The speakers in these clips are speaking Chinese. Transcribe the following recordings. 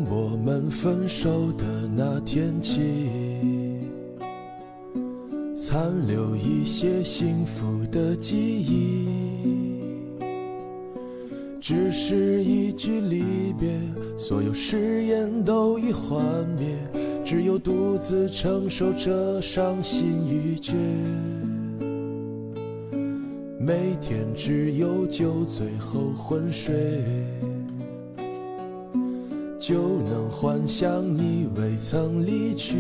我们分手的那天起，残留一些幸福的记忆，只是一句离别，所有誓言都已幻灭，只有独自承受这伤心欲绝。每天只有酒醉后昏睡，就能幻想你未曾离去。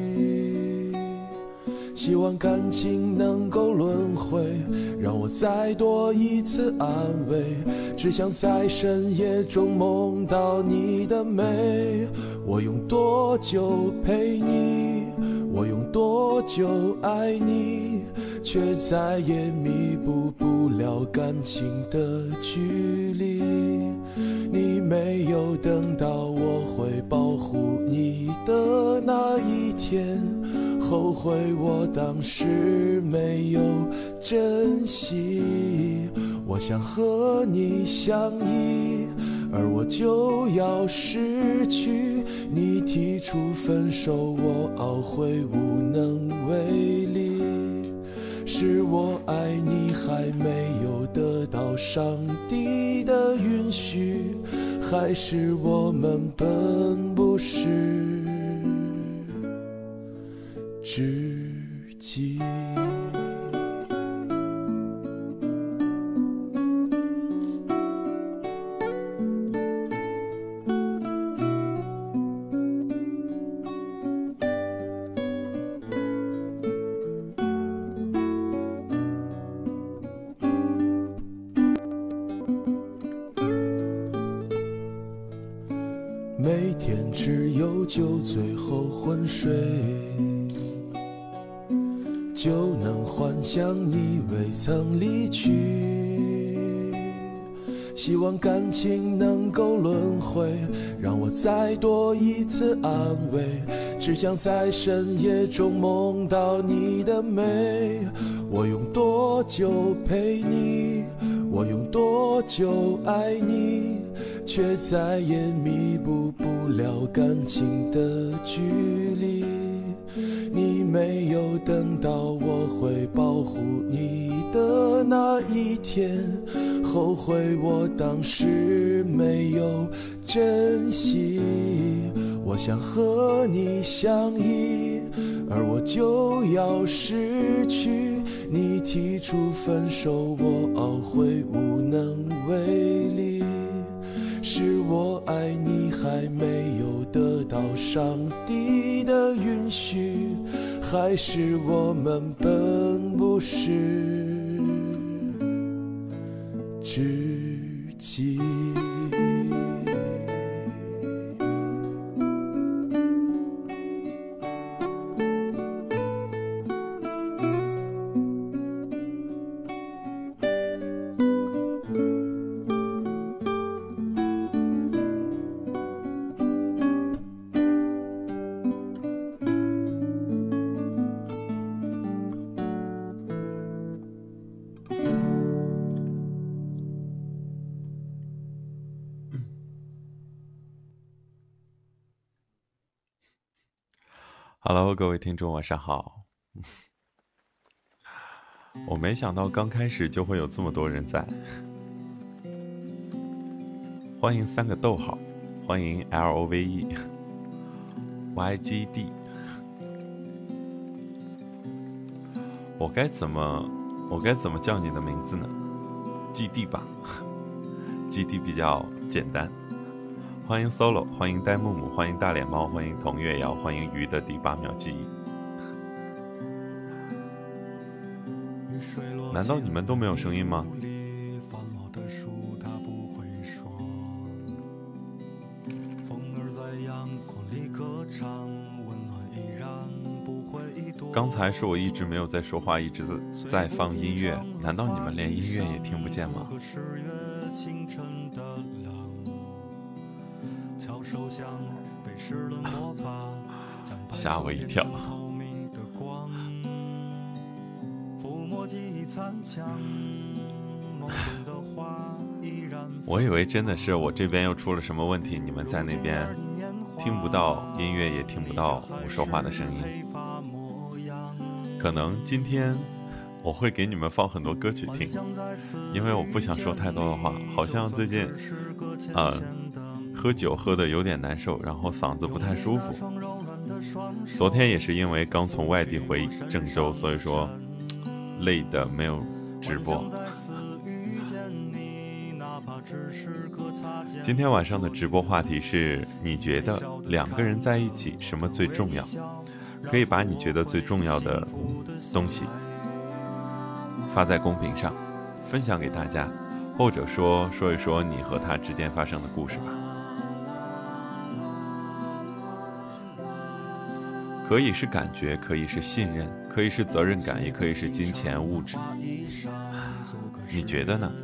希望感情能够轮回，让我再多一次安慰，只想在深夜中梦到你的美。我用多久陪你，我用多久爱你，却再也弥补不了感情的距离。你没有等到我会保护你的那一天，后悔我当时没有珍惜。我想和你相依，而我就要失去。你提出分手，我懊悔无能为力。是我爱你还没有得到上帝的允许，还是我们本不是知己？每天只有酒醉后昏睡，就能幻想你未曾离去。希望感情能够轮回，让我再多一次安慰，只想在深夜中梦到你的美。我用多久陪你，我用多久爱你，却再也弥补不了感情的距离。你没有等到我会保护你的那一天，后悔我当时没有珍惜。我想和你相依，而我就要失去。你提出分手，我懊悔无能为力。是我爱你还没有得到上帝的允许，还是我们本不是知己？ Hello， 各位听众，晚上好。我没想到刚开始就会有这么多人在，欢迎3个逗号，欢迎 LOVE、YGD。我该怎么叫你的名字呢？GD 吧，GD 比较简单。欢迎 Solo， 欢迎呆木木，欢迎大脸猫，欢迎童月瑶，欢迎鱼的第8秒记忆。难道你们都没有声音吗？刚才是我一直没有在说话，一直在放音乐，难道你们连音乐也听不见吗？吓我一跳。我以为真的是我这边又出了什么问题，你们在那边听不到音乐，也听不到我说话的声音。可能今天我会给你们放很多歌曲听，因为我不想说太多的话，好像最近喝酒喝得有点难受，然后嗓子不太舒服。昨天也是因为刚从外地回郑州，所以说累的没有直播。今天晚上的直播话题是：你觉得两个人在一起什么最重要？可以把你觉得最重要的东西发在公屏上，分享给大家，或者说一说你和他之间发生的故事吧。可以是感觉，可以是信任，可以是责任感，也可以是金钱物质。你觉得呢？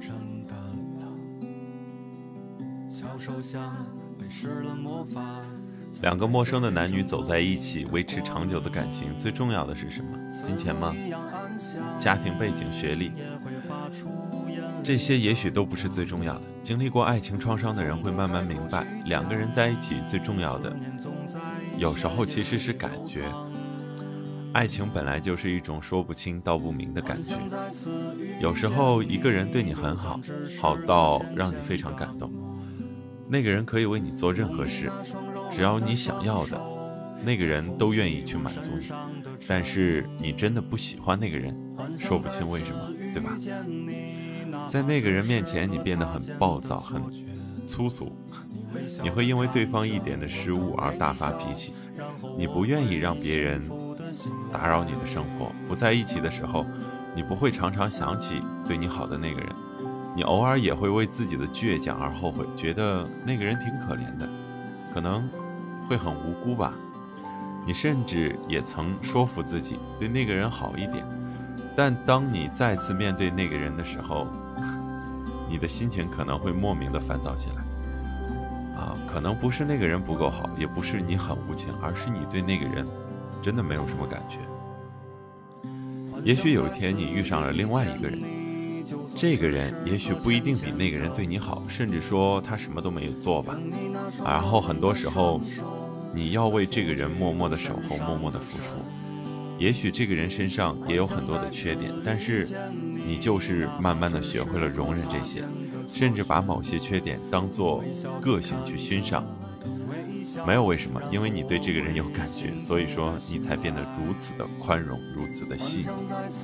两个陌生的男女走在一起，维持长久的感情，最重要的是什么？金钱吗？家庭背景、学历？这些也许都不是最重要的。经历过爱情创伤的人会慢慢明白，两个人在一起最重要的，有时候其实是感觉。爱情本来就是一种说不清道不明的感觉。有时候一个人对你很好，好到让你非常感动。那个人可以为你做任何事，只要你想要的，那个人都愿意去满足你。但是你真的不喜欢那个人，说不清为什么，对吧？在那个人面前，你变得很暴躁，很粗俗，你会因为对方一点的失误而大发脾气，你不愿意让别人打扰你的生活。不在一起的时候，你不会常常想起对你好的那个人，你偶尔也会为自己的倔强而后悔，觉得那个人挺可怜的，可能会很无辜吧。你甚至也曾说服自己对那个人好一点，但当你再次面对那个人的时候，你的心情可能会莫名的烦躁起来。可能不是那个人不够好，也不是你很无情，而是你对那个人真的没有什么感觉。也许有一天你遇上了另外一个人，这个人也许不一定比那个人对你好，甚至说他什么都没有做吧。然后很多时候你要为这个人默默的守候，默默的付出。也许这个人身上也有很多的缺点，但是你就是慢慢的学会了容忍这些，甚至把某些缺点当作个性去欣赏。没有为什么，因为你对这个人有感觉，所以说你才变得如此的宽容，如此的细腻。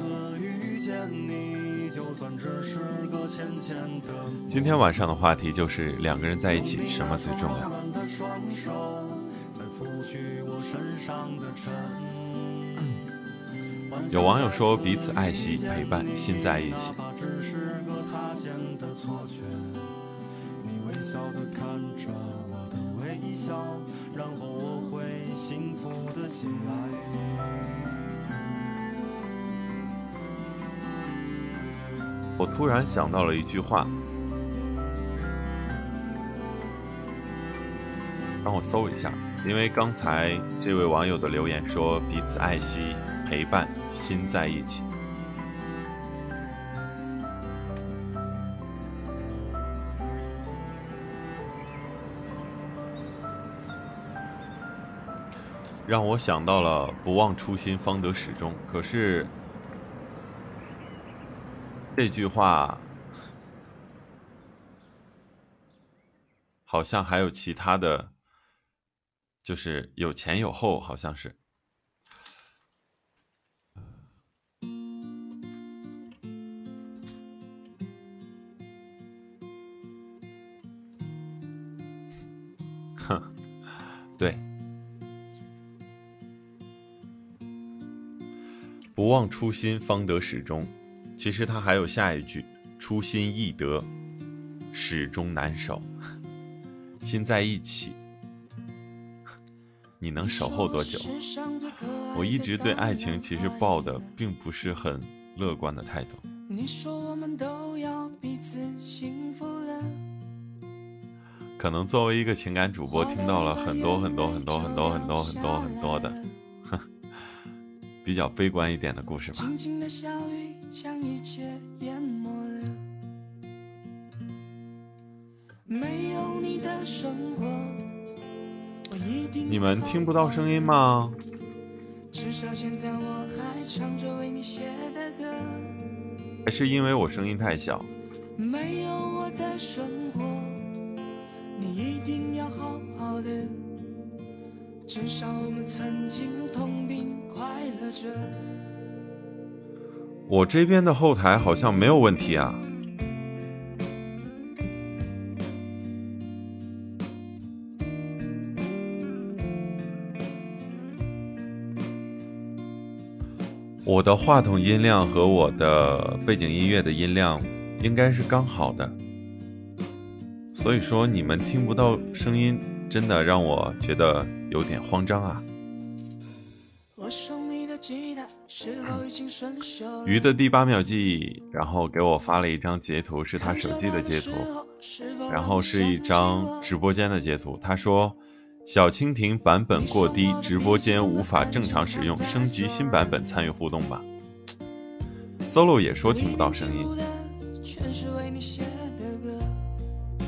今天晚上的话题就是两个人在一起什么最重要。有网友说彼此爱惜陪伴心在一起。我突然想到了一句话，让我搜一下，因为刚才这位网友的留言说彼此爱惜陪伴心在一起。让我想到了不忘初心方得始终，可是这句话好像还有其他的，就是有前有后，好像是。哼，对，不忘初心方得始终。其实它还有下一句，初心易得，始终难守。心在一起，你能守候多久？我一直对爱情其实抱的并不是很乐观的态度。你说我们都要彼此幸福了。可能作为一个情感主播，听到了很多的比较悲观一点的故事吧。静静的小雨将一切淹没了，没有你的生活你们听不到声音吗？ 至少现在我还唱着为你写的歌， 还是因为我声音太小？ 没有我的生活，你一定要好好的，至少我们曾经同病快乐着。 我这边的后台好像没有问题啊。我的话筒音量和我的背景音乐的音量应该是刚好的，所以说你们听不到声音，真的让我觉得有点慌张啊。 我送你的吉他时候已经生锈了， 鱼的第8秒记忆，然后给我发了一张截图，是他手机的截图，然后是一张直播间的截图。他说小蜻蜓版本过低，直播间无法正常使用，升级新版本参与互动吧。Solo 也说听不到声音。 全是为你写的歌，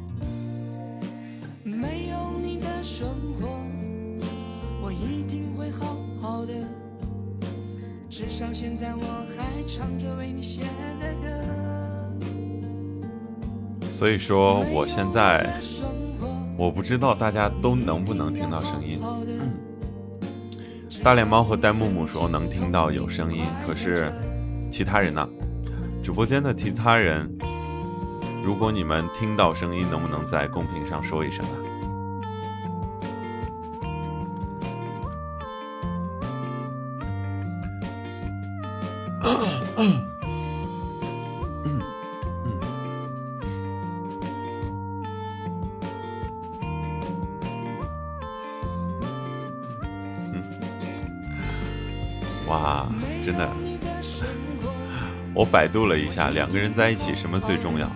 没有你的生活，我一定会好好的，至少现在我还唱着为你写的歌。 所以说我现在我不知道大家都能不能听到声音。大脸猫和呆木木说能听到有声音，可是其他人呢？直播间的其他人，如果你们听到声音，能不能在公屏上说一声啊？哇，真的，我百度了一下，两个人在一起什么最重要？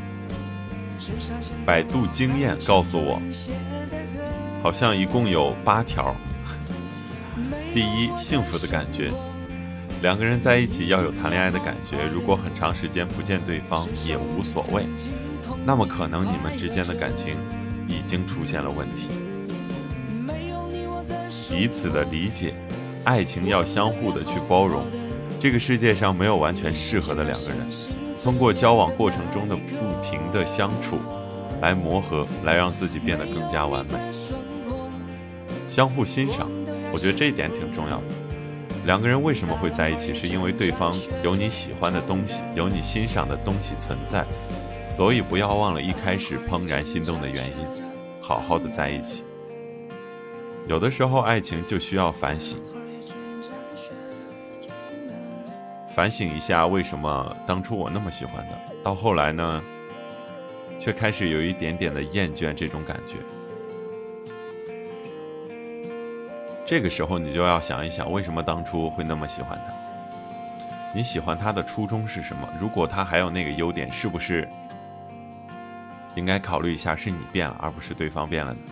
百度经验告诉我，好像一共有8条。第一，幸福的感觉，两个人在一起要有谈恋爱的感觉，如果很长时间不见对方也无所谓，那么可能你们之间的感情已经出现了问题。彼此的理解，爱情要相互的去包容，这个世界上没有完全适合的两个人，通过交往过程中的不停的相处来磨合，来让自己变得更加完美。相互欣赏，我觉得这一点挺重要的。两个人为什么会在一起，是因为对方有你喜欢的东西，有你欣赏的东西存在，所以不要忘了一开始怦然心动的原因，好好的在一起。有的时候爱情就需要反省，反省一下为什么当初我那么喜欢的，到后来呢却开始有一点点的厌倦这种感觉。这个时候你就要想一想，为什么当初会那么喜欢他，你喜欢他的初衷是什么？如果他还有那个优点，是不是应该考虑一下是你变了而不是对方变了呢？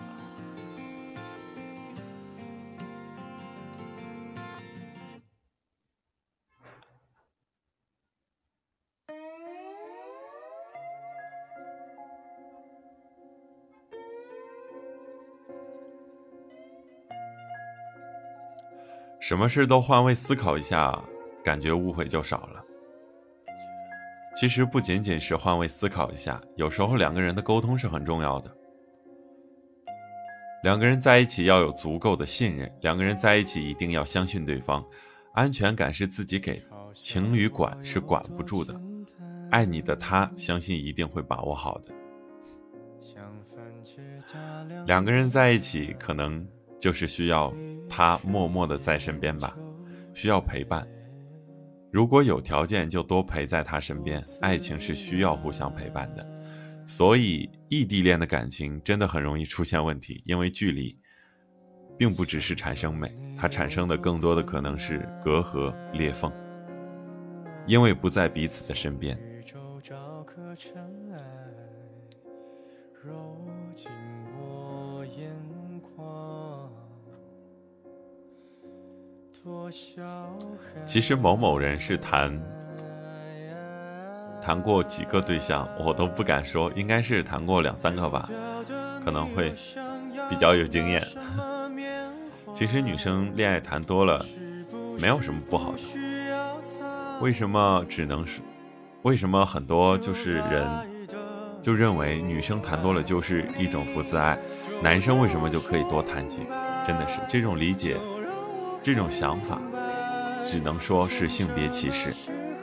什么事都换位思考一下，感觉误会就少了。其实不仅仅是换位思考一下，有时候两个人的沟通是很重要的。两个人在一起要有足够的信任，两个人在一起一定要相信对方，安全感是自己给的，情侣管是管不住的，爱你的他相信一定会把握好的。两个人在一起可能就是需要他默默的在身边吧，需要陪伴。如果有条件就多陪在他身边，爱情是需要互相陪伴的。所以异地恋的感情真的很容易出现问题，因为距离并不只是产生美，它产生的更多的可能是隔阂裂缝，因为不在彼此的身边。其实某某人是谈过几个对象，我都不敢说，应该是谈过2-3个吧，可能会比较有经验。其实女生恋爱谈多了没有什么不好的，为什么很多就是人就认为女生谈多了就是一种不自爱，男生为什么就可以多谈几个？真的是这种理解，这种想法只能说是性别歧视。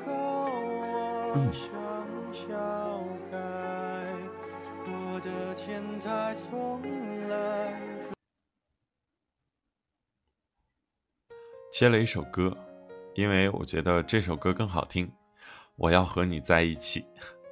切了一首歌，因为我觉得这首歌更好听，我要和你在一起。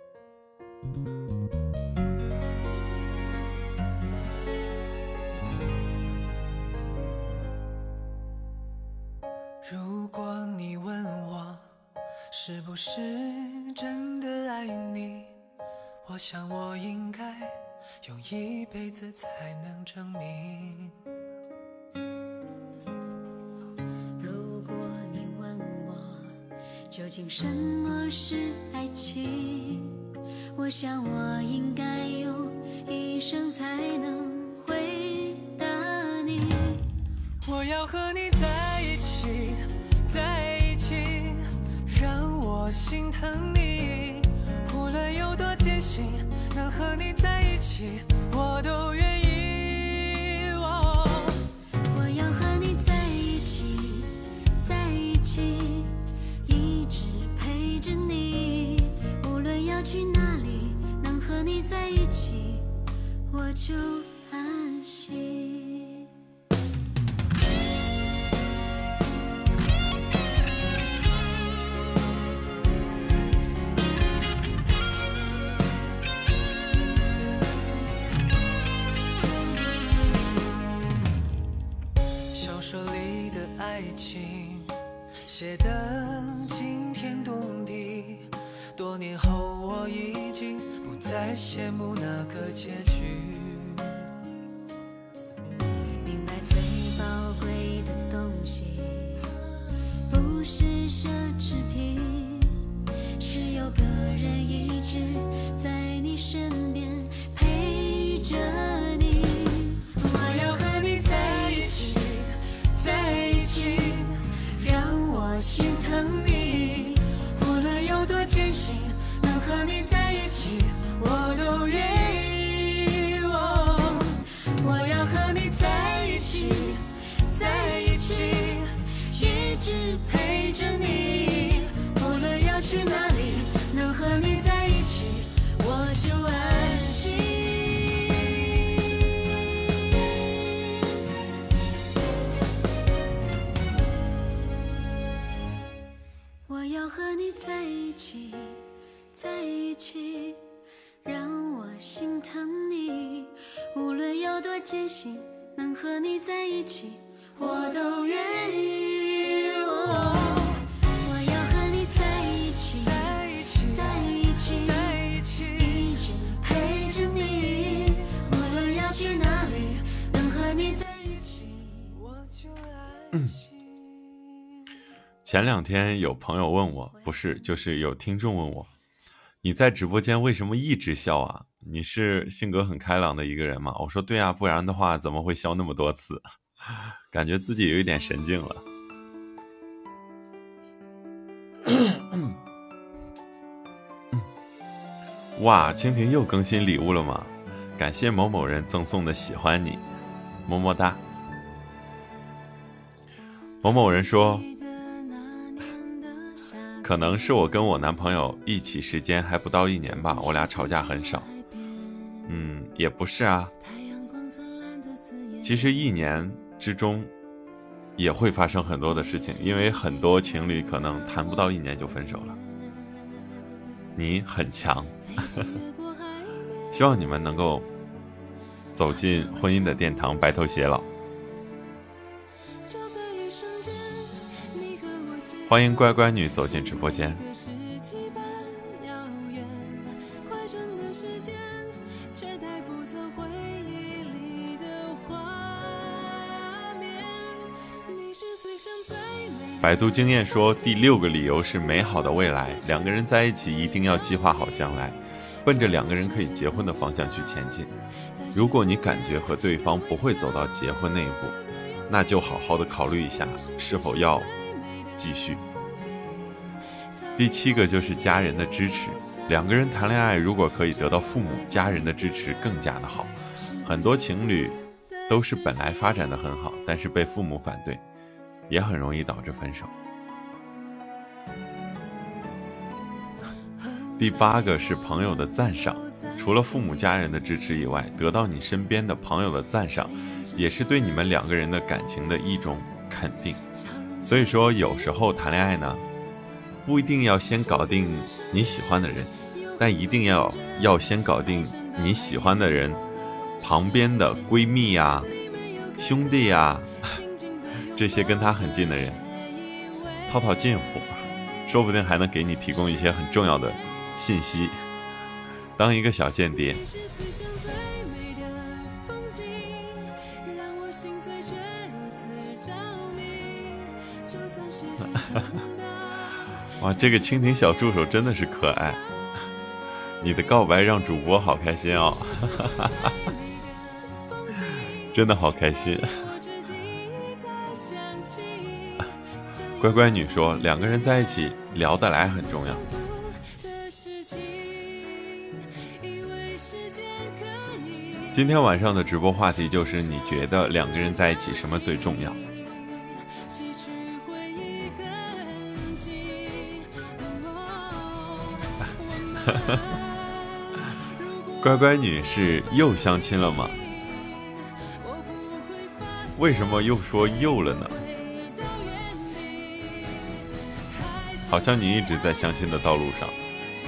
如果你问我是不是真的爱你，我想我应该用一辈子才能证明。 如果你问我究竟什么是爱情，我想我应该用一生才能回答你。 我要和你在一起，在一起，让我心疼你。无论有多艰辛，能和你在一起，我都愿意。 我要和你在一起，在一起，一直陪着你。无论要去哪里，能和你在一起，我就安心。 小说里的爱情写得惊天动地，多年后我已经不再羡慕那个结局。 明白最宝贵的东西不是奢侈品，是有个人一直在你身边陪着你。 我要和你在一起，在一起，让我心疼你。无论有多艰辛，能和你在一起，我都愿意。我要和你在一起，在一起，一直陪着你。无论要去哪里，能和你在一起，我就安心。 我要和你在一起，在一起，让我心疼你。无论有多艰辛，能和你在一起，我都愿意。我要和你在一起， 在一起， 在一起， 在一起， 一直陪着你。无论要去哪里，能和你在一起， 我就安心。 前两天有朋友问我，不是，就是有听众问我，你在直播间为什么一直笑啊？你是性格很开朗的一个人吗？我说对啊，不然的话怎么会笑那么多次？感觉自己有一点神经了。哇，蜻蜓又更新礼物了吗？感谢某某人赠送的喜欢你，么么哒。某某人说，可能是我跟我男朋友一起时间还不到1年吧，我俩吵架很少。也不是啊，其实1年之中也会发生很多的事情，因为很多情侣可能谈不到1年就分手了。你很强。希望你们能够走进婚姻的殿堂，白头偕老。欢迎乖乖女走进直播间。百度经验说，第6个理由是美好的未来，2个人在一起一定要计划好将来， 奔着两个人可以结婚的方向去前进。如果你感觉和对方不会走到结婚那一步，那就好好的考虑一下是否要继续。第7个就是家人的支持。两个人谈恋爱，如果可以得到父母家人的支持更加的好。很多情侣都是本来发展的很好，但是被父母反对，也很容易导致分手。第8个是朋友的赞赏。除了父母家人的支持以外，得到你身边的朋友的赞赏，也是对你们两个人的感情的一种肯定。所以说有时候谈恋爱呢，不一定要先搞定你喜欢的人，但一定要先搞定你喜欢的人旁边的闺蜜啊、兄弟啊，这些跟他很近的人，套近乎，说不定还能给你提供一些很重要的信息，当一个小间谍。哇，这个蜻蜓小助手真的是可爱，你的告白让主播好开心哦。真的好开心。乖乖女说，两个人在一起聊得来很重要。今天晚上的直播话题就是你觉得两个人在一起什么最重要？乖乖女是又相亲了吗？为什么又说又了呢？好像你一直在相亲的道路上。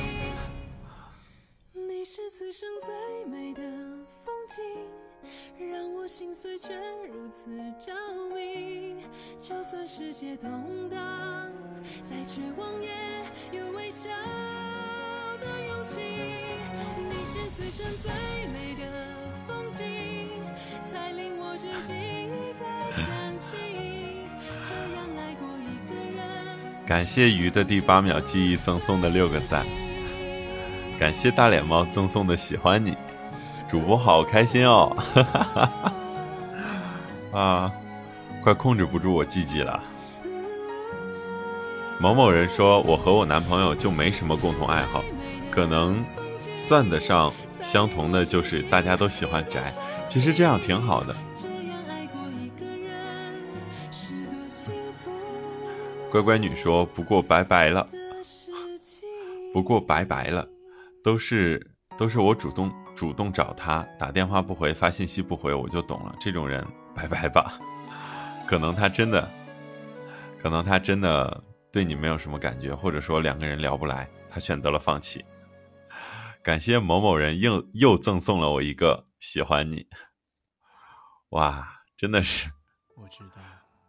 你是此生最美的风景，让我心碎却如此着迷。就算世界动荡，再绝望也有微笑的勇气。你是此生最美的风景，才令我至今再想起，这样爱过一个人。 感谢鱼的第8秒记忆赠送的6个赞，感谢大脸猫赠送的喜欢你，主播好开心哦。啊，快控制不住我鸡鸡了。某某人说，我和我男朋友就没什么共同爱好，可能算得上相同的就是大家都喜欢宅，其实这样挺好的。乖乖女说，不过拜拜了，都是我主动找他，打电话不回，发信息不回，我就懂了，这种人拜拜吧。可能他真的对你没有什么感觉，或者说两个人聊不来，他选择了放弃。感谢某某人又赠送了我一个喜欢你。哇，真的是。 我知道，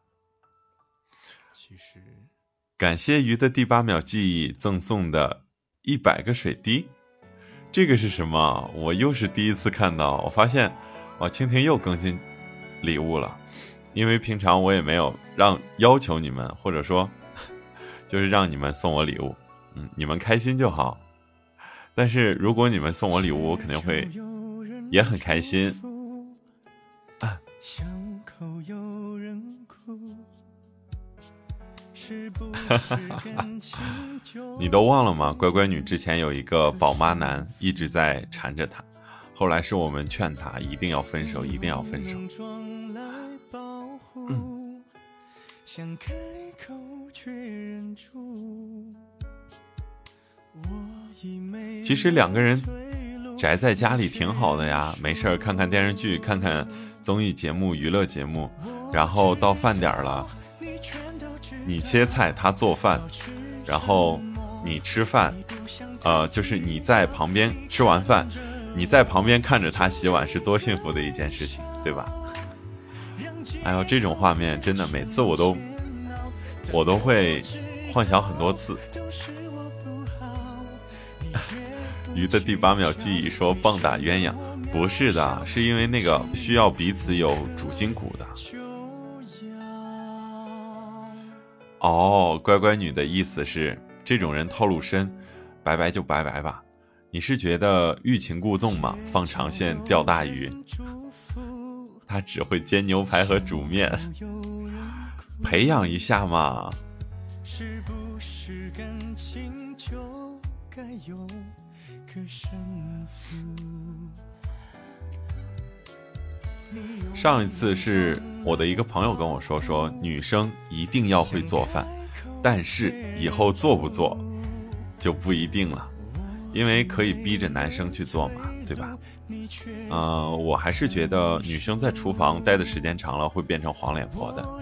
其实感谢鱼的第8秒记忆赠送的100个水滴，这个是什么？我又是第一次看到。我发现哇，蜻蜓又更新礼物了，因为平常我也没有要求你们，或者说就是让你们送我礼物，你们开心就好。但是如果你们送我礼物，我肯定会也很开心。 巷口有人哭，是不是感情就你都忘了吗？乖乖女之前有一个宝妈男一直在缠着她，后来是我们劝她一定要分手，一定要分手。想开口却忍住。其实两个人宅在家里挺好的呀，没事看看电视剧，看看综艺节目、娱乐节目，然后到饭点了，你切菜，他做饭，然后你吃饭，就是你在旁边吃完饭，你在旁边看着他洗碗，是多幸福的一件事情，对吧？哎呦，这种画面真的每次我都会幻想很多次。鱼的第8秒记忆说棒打鸳鸯，不是的，是因为那个需要彼此有主心骨的。哦，乖乖女的意思是这种人套路深，拜拜就拜拜吧， 你是觉得欲擒故纵吗？放长线钓大鱼，他只会煎牛排和煮面，培养一下嘛。 是不是感情就该有个胜负？ 上一次是我的一个朋友跟我说女生一定要会做饭，但是以后做不做就不一定了，因为可以逼着男生去做嘛，对吧？我还是觉得女生在厨房待的时间长了会变成黄脸婆的。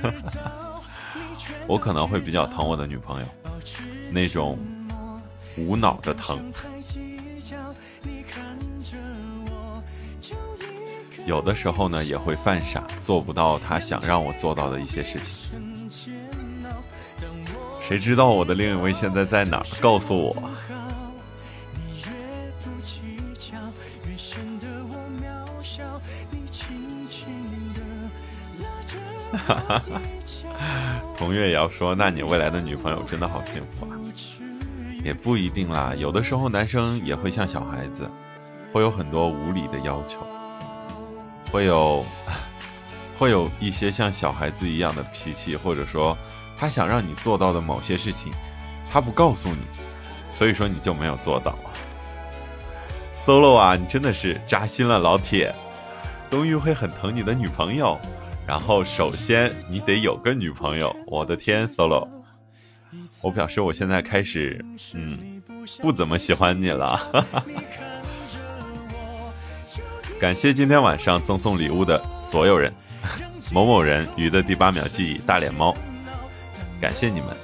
我可能会比较疼我的女朋友，那种无脑的疼。有的时候呢也会犯傻，做不到她想让我做到的一些事情。谁知道我的另一位现在在哪儿？告诉我。童月也要说，那你未来的女朋友真的好幸福啊。也不一定啦，有的时候男生也会像小孩子，会有很多无理的要求，会有一些像小孩子一样的脾气，或者说他想让你做到的某些事情他不告诉你，所以说你就没有做到。 Solo 啊，你真的是扎心了，老铁。冬玉会很疼你的女朋友，然后首先你得有个女朋友。我的天 Solo， 我表示我现在开始不怎么喜欢你了。感谢今天晚上赠送礼物的所有人，某某人鱼的第8秒记忆，大脸猫，感谢你们。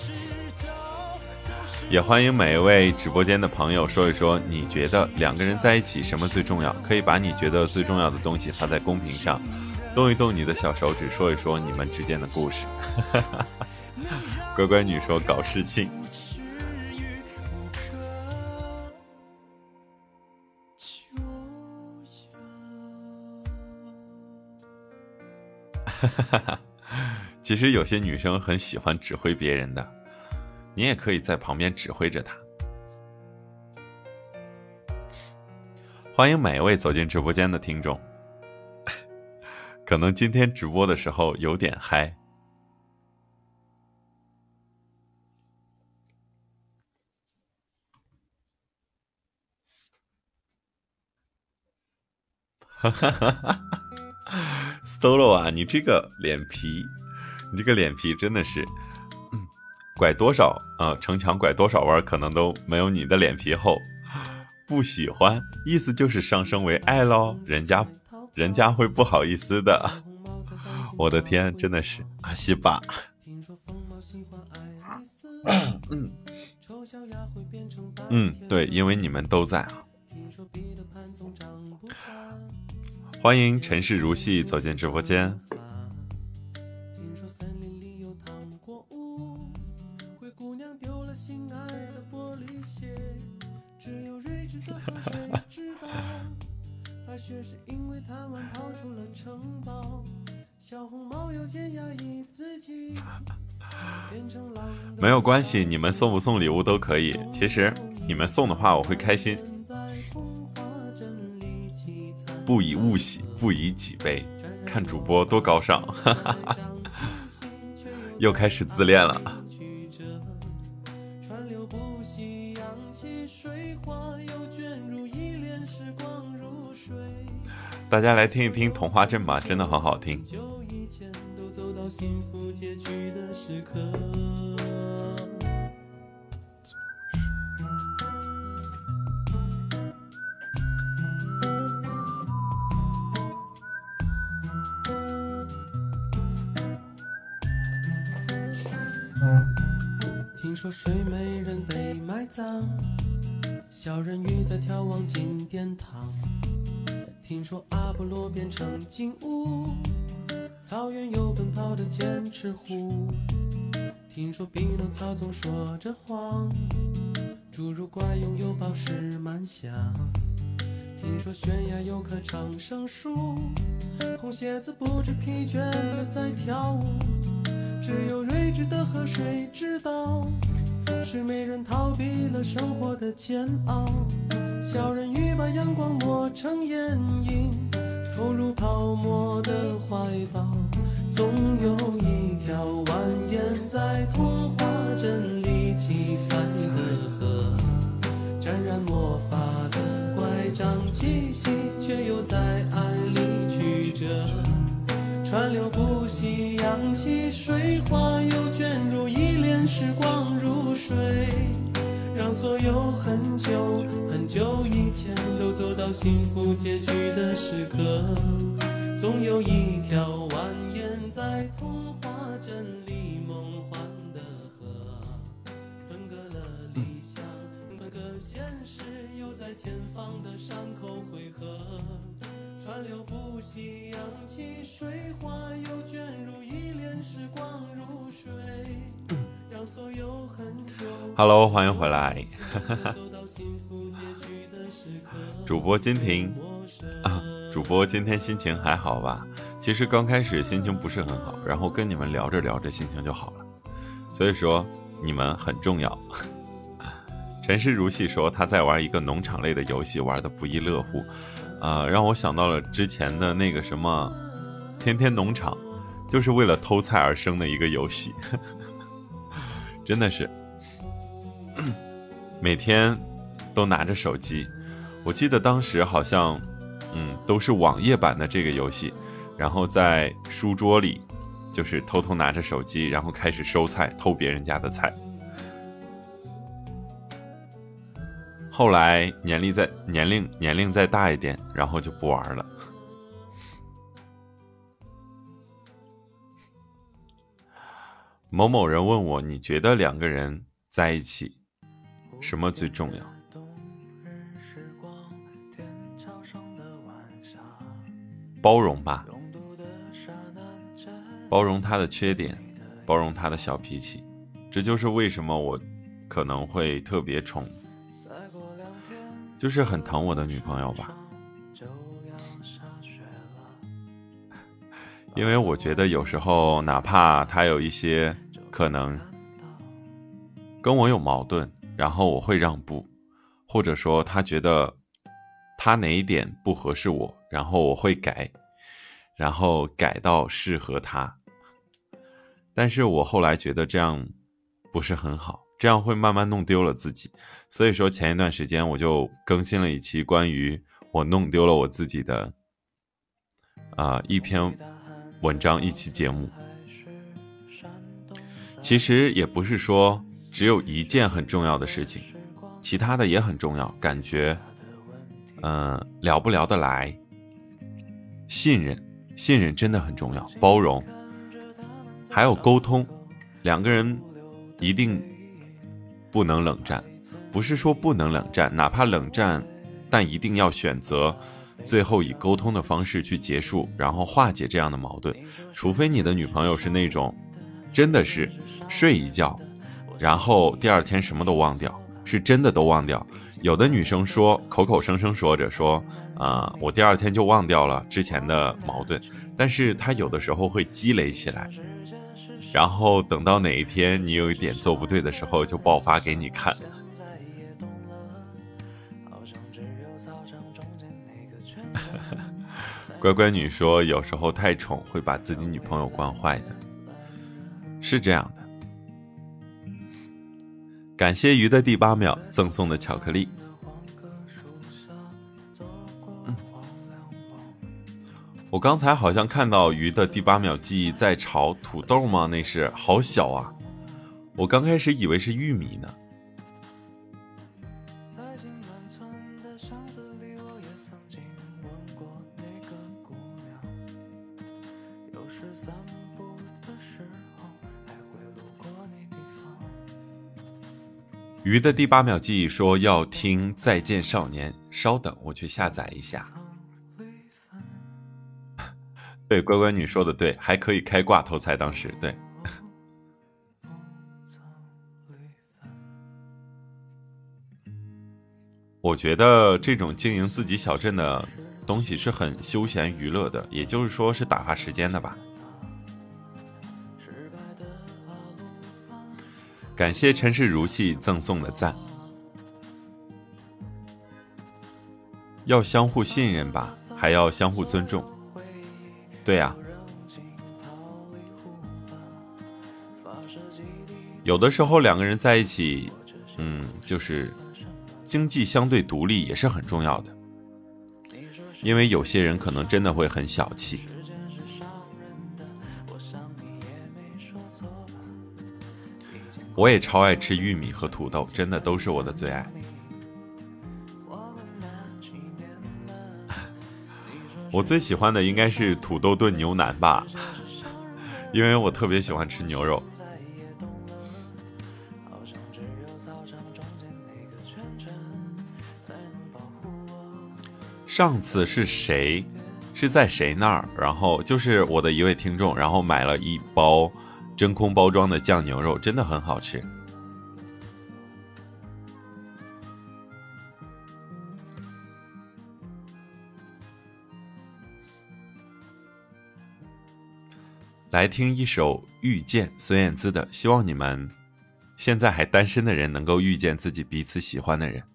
也欢迎每一位直播间的朋友说一说，你觉得两个人在一起什么最重要？可以把你觉得最重要的东西发在公屏上，动一动你的小手指，说一说你们之间的故事。乖乖女说搞事情。其实有些女生很喜欢指挥别人的，你也可以在旁边指挥着她。欢迎每一位走进直播间的听众。可能今天直播的时候有点嗨。Solo 啊，你这个脸皮真的是，拐多少城墙拐多少弯，可能都没有你的脸皮厚。不喜欢，意思就是上升为爱咯，人家会不好意思的。我的天，真的是阿西吧。对，因为你们都在啊。欢迎陈氏如戏走进直播间。没有关系，你们送不送礼物都可以。其实你们送的话我会开心。不以物喜，不以己悲，看主播多高尚。又开始自恋了。大家来听一听童话镇吧，真的很好听。 听说睡美人被埋葬，小人鱼在眺望金殿堂。听说阿波罗变成金乌，草原有奔跑的剑齿虎。听说匹诺曹总说着谎，侏儒怪拥有宝石满箱。听说悬崖有棵长生树，红鞋子不知疲倦地在跳舞。只有睿智的河水知道，睡美人逃避了生活的煎熬， 小人鱼把阳光磨成眼影，投入泡沫的怀抱，总有一条蜿蜒在童话镇里七彩的河，沾染魔法的乖张气息，却又在爱里曲折，川流不息，扬起水花，又卷入一帘时光如水，让所有很久很久以前都走到幸福结局的时刻，总有一条蜿蜒在童话镇里梦幻的河，分割了理想，分割现实，又在前方的山口汇合，川流不息，扬起水花，又卷入一帘时光如水，让所有很久。 Hello， 欢迎回来。主播金婷主播今天心情还好吧？其实刚开始心情不是很好，然后跟你们聊着聊着心情就好了，所以说你们很重要。陈氏如戏说他在玩一个农场类的游戏，玩得不亦乐乎，让我想到了之前的那个什么天天农场，就是为了偷菜而生的一个游戏。真的是每天都拿着手机，我记得当时好像都是网页版的这个游戏，然后在书桌里就是偷偷拿着手机，然后开始收菜，偷别人家的菜。后来年龄再大一点，然后就不玩了。某某人问我，你觉得两个人在一起什么最重要？包容吧，包容他的缺点，包容他的小脾气，这就是为什么我可能会特别宠，就是很疼我的女朋友吧。因为我觉得有时候哪怕她有一些可能跟我有矛盾，然后我会让步，或者说她觉得她哪一点不合适我，然后我会改，然后改到适合她。但是我后来觉得这样不是很好，这样会慢慢弄丢了自己，所以说前一段时间我就更新了一期关于我弄丢了我自己的一篇文章，一期节目。其实也不是说只有一件很重要的事情，其他的也很重要，感觉聊不聊得来，信任真的很重要，包容，还有沟通，两个人一定不能冷战，不是说不能冷战，哪怕冷战，但一定要选择最后以沟通的方式去结束，然后化解这样的矛盾。除非你的女朋友是那种真的是睡一觉然后第二天什么都忘掉，是真的都忘掉。有的女生说口口声声说着说我第二天就忘掉了之前的矛盾，但是她有的时候会积累起来，然后等到哪一天你有一点做不对的时候就爆发给你看。乖乖女说有时候太宠会把自己女朋友惯坏的，是这样的。感谢鱼的第8秒赠送的巧克力。我刚才好像看到鱼的第8秒记忆在炒土豆吗？那是好小啊，我刚开始以为是玉米呢。鱼的第8秒记忆说要听再见少年，稍等我去下载一下。对，乖乖女说的对，还可以开挂偷菜，当时对。我觉得这种经营自己小镇的东西是很休闲娱乐的，也就是说是打发时间的吧。感谢陈氏如戏赠送的赞。 要相互信任吧，还要相互尊重。对呀，有的时候两个人在一起，就是经济相对独立也是很重要的，因为有些人可能真的会很小气。我也超爱吃玉米和土豆，真的都是我的最爱。我最喜欢的应该是土豆炖牛腩吧，因为我特别喜欢吃牛肉。上次是谁？是在谁那儿？然后就是我的一位听众，然后买了一包真空包装的酱牛肉，真的很好吃。来听一首《遇见》，孙燕姿的。希望你们现在还单身的人能够遇见自己彼此喜欢的人。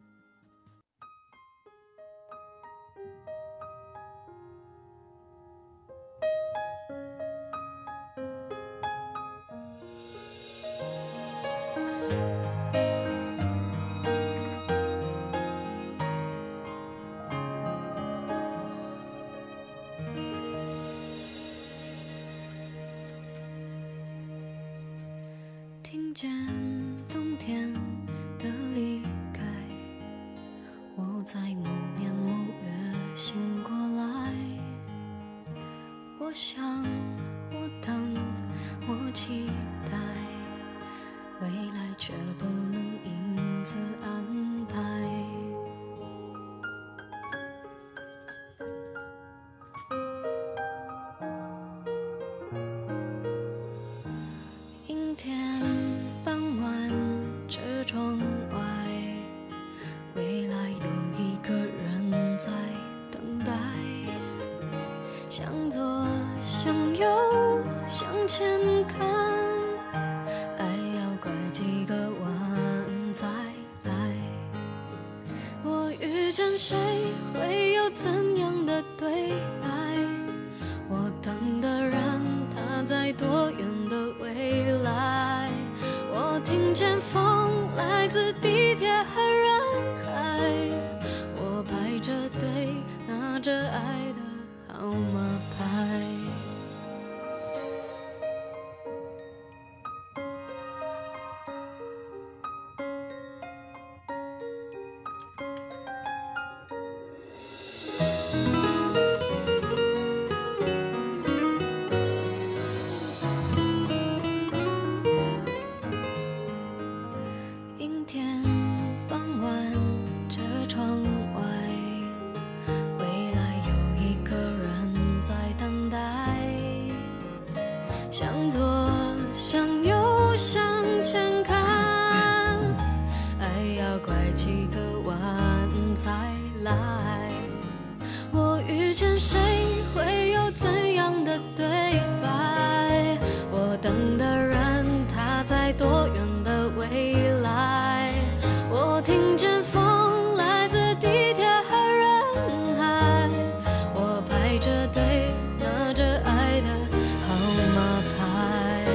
听见冬天的离开，我在某年某月醒过来。我想，我等，我期待，未来却不能因此安排。阴天傍晚，车窗外，未来有一个人在等待。向左，向右，向前看，爱要拐几个弯才来。我遇见谁，会有怎样的对白？我等的人，他在多远的未来？我听见风来自地铁和人海，我排着队拿着爱的号码牌。阴天傍晚，车窗外，未来有一个人在等待。向左，向右，向前看，爱要拐几个弯才来。我遇见谁，会有怎样的对白？我等的人，他在多远的未来？我听见风来自地铁和人海，我排着队拿着爱的号码牌。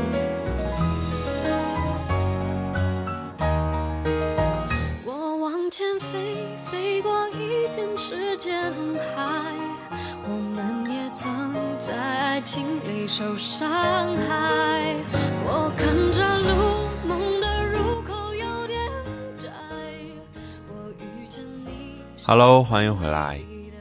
我往前飞，飞过一片时间海，我们也曾在爱情里受伤害。我看着路，梦的入口有点窄，我遇见你。 Hello， 欢迎回来。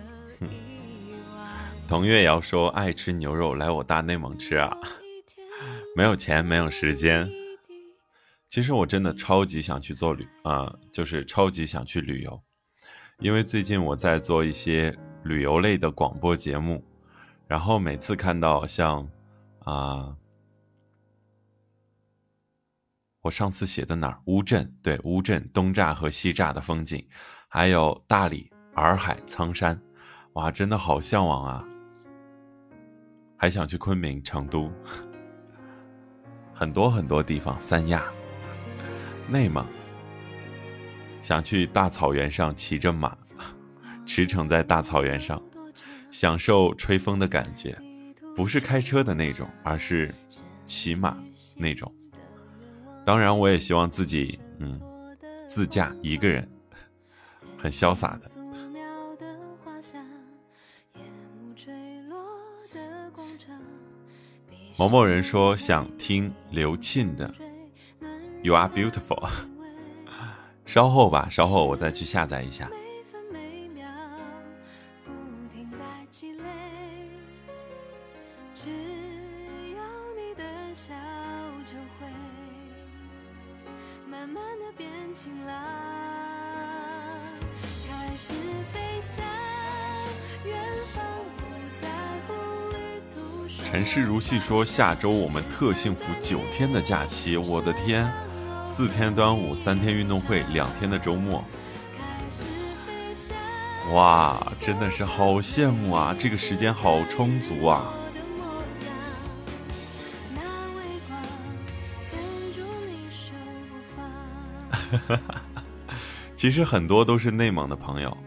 童月瑶说爱吃牛肉，来我大内蒙吃啊。没有钱，没有时间。其实我真的超级想去就是超级想去旅游，因为最近我在做一些旅游类的广播节目，然后每次看到像我上次写的哪儿？乌镇，对，乌镇东栅和西栅的风景，还有大理、洱海、苍山，哇，真的好向往啊！还想去昆明、成都，很多很多地方，三亚、内蒙，想去大草原上骑着马， 驰骋在大草原上，享受吹风的感觉，不是开车的那种，而是骑马那种。当然我也希望自己自驾一个人，很潇洒的。某某人说想听刘沁的 You Are Beautiful 稍后吧，稍后我再去下载一下。陈氏如戏说下周我们特幸福9天的假期，我的天，4天端午，3天运动会，2天的周末，哇，真的是好羡慕啊，这个时间好充足啊。其实很多都是内蒙的朋友。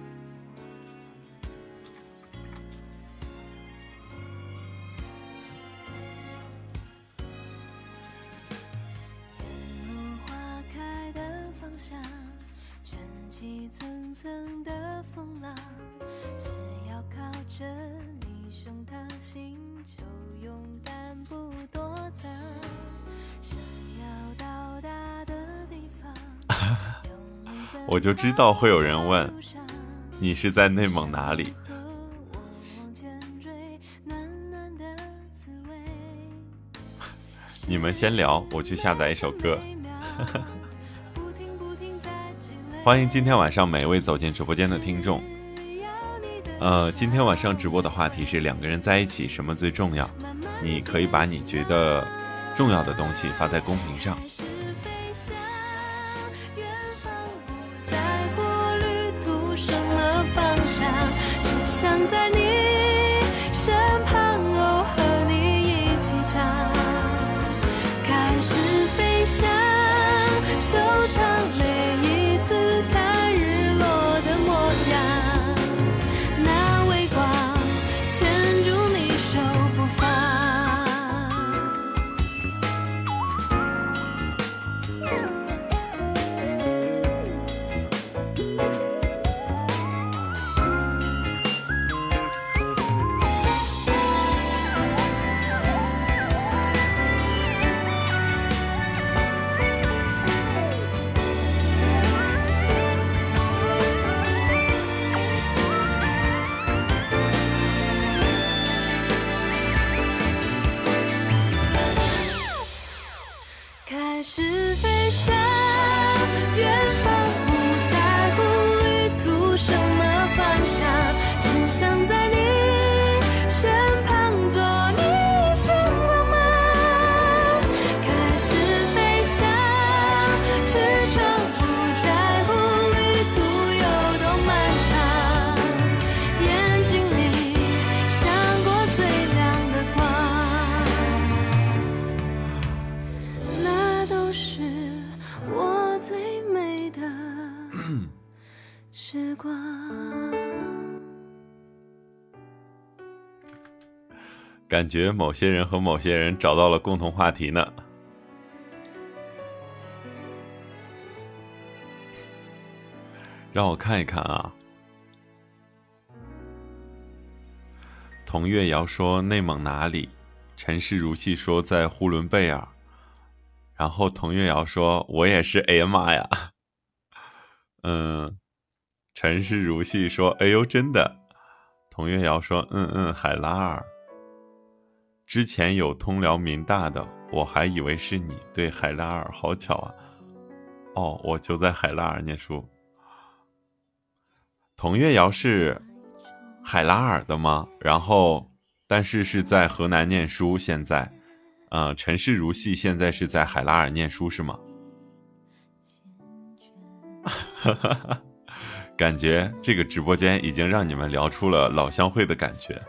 我就知道会有人问你是在内蒙哪里。你们先聊，我去下载一首歌。欢迎今天晚上每位走进直播间的听众。今天晚上直播的话题是2个人在一起什么最重要，你可以把你觉得重要的东西发在公屏上。在你身旁和你一起唱，开始飞翔，收藏每一次看日落的模样，那微光牵住你手不放。感觉某些人和某些人找到了共同话题呢。让我看一看啊。童月瑶说内蒙哪里？陈氏如戏说在呼伦贝尔。然后童月瑶说我也是，哎呀妈呀。陈氏如戏说哎呦真的。童月瑶说海拉尔。之前有通辽民大的，我还以为是你。对，海拉尔，好巧啊。哦，我就在海拉尔念书。童月瑶是海拉尔的吗？然后但是是在河南念书现在。陈氏如戏现在是在海拉尔念书是吗？感觉这个直播间已经让你们聊出了老乡会的感觉。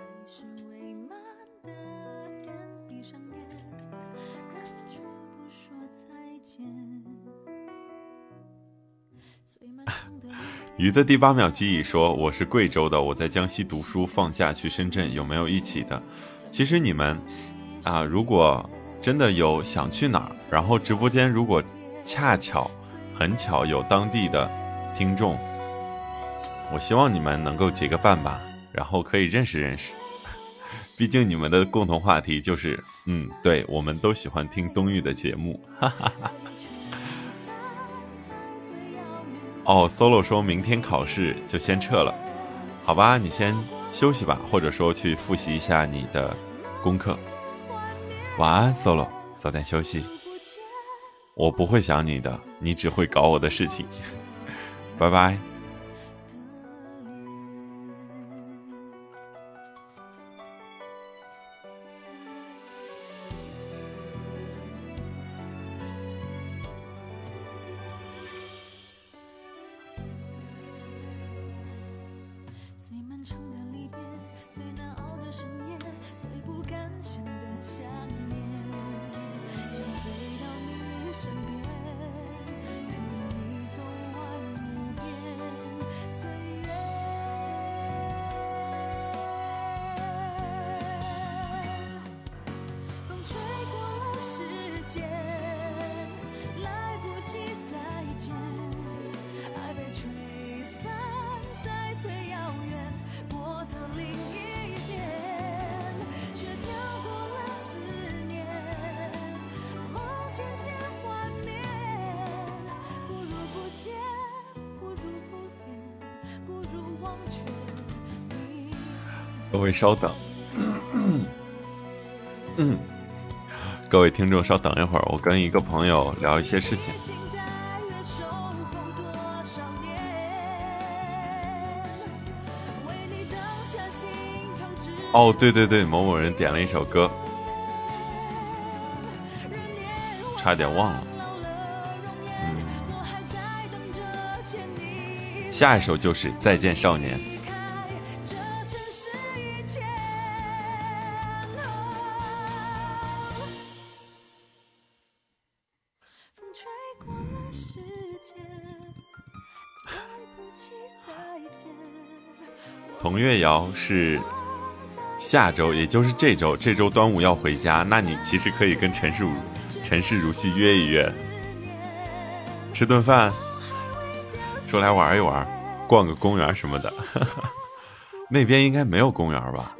鱼的第8秒记忆说，我是贵州的，我在江西读书，放假去深圳，有没有一起的？其实你们如果真的有想去哪儿，然后直播间如果恰巧很巧有当地的听众，我希望你们能够结个伴吧，然后可以认识认识。毕竟你们的共同话题就是对，我们都喜欢听冬玉的节目。哈哈哈。Solo 说明天考试就先撤了，好吧，你先休息吧，或者说去复习一下你的功课。晚安 Solo， 早点休息。我不会想你的，你只会搞我的事情。拜拜。 最漫长的离别，最难熬的深夜，最不敢想的想念，想飞到你身边，陪你走完无边岁月。风吹过了时间，来不及再见，爱被吹散在最遥远我的另一边，却飘过了思念，梦渐渐幻灭，不如不见，不如不恋，不如忘却你。 各位稍等，各位听众稍等一会儿，我跟一个朋友聊一些事情。对对对，某某人点了一首歌，差点忘了。下一首就是《再见少年》。童月瑶是下周，也就是这周端午要回家，那你其实可以跟陈氏如戏约一约，吃顿饭，出来玩一玩，逛个公园什么的。那边应该没有公园吧？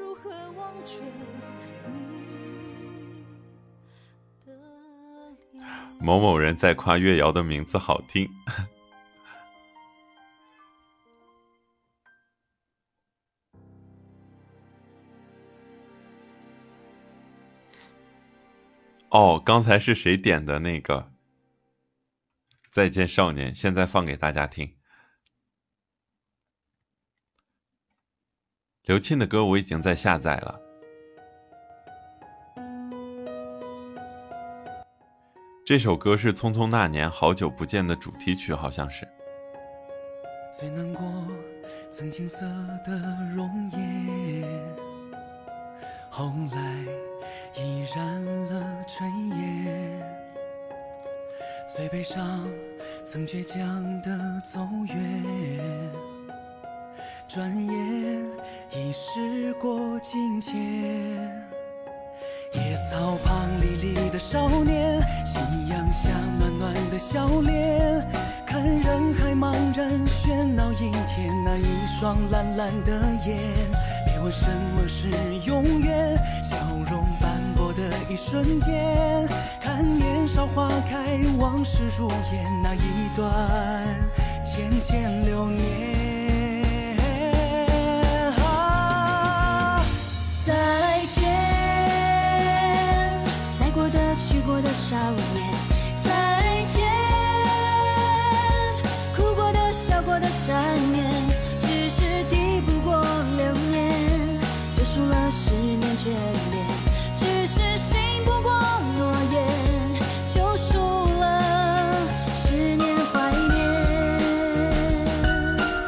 某某人在夸月瑶的名字好听。刚才是谁点的那个《再见少年》？现在放给大家听。刘沁的歌我已经在下载了。这首歌是《匆匆那年好久不见》的主题曲，好像是。 最难过曾青涩的容颜，后来已染了尘烟，最悲伤曾倔强的走远，转眼已时过境迁。野草旁离离的少年，夕阳下暖暖的笑脸，看人海茫然喧闹阴天，那一双蓝蓝的眼，别问什么是永远，笑容斑驳的一瞬间，看年少花开往事如烟，那一段渐渐流年。 再见，来过的去过的少年，再见，哭过的笑过的缠绵，只是抵不过流年，结束了10年眷恋，只是信不过诺言，救赎了10年怀念。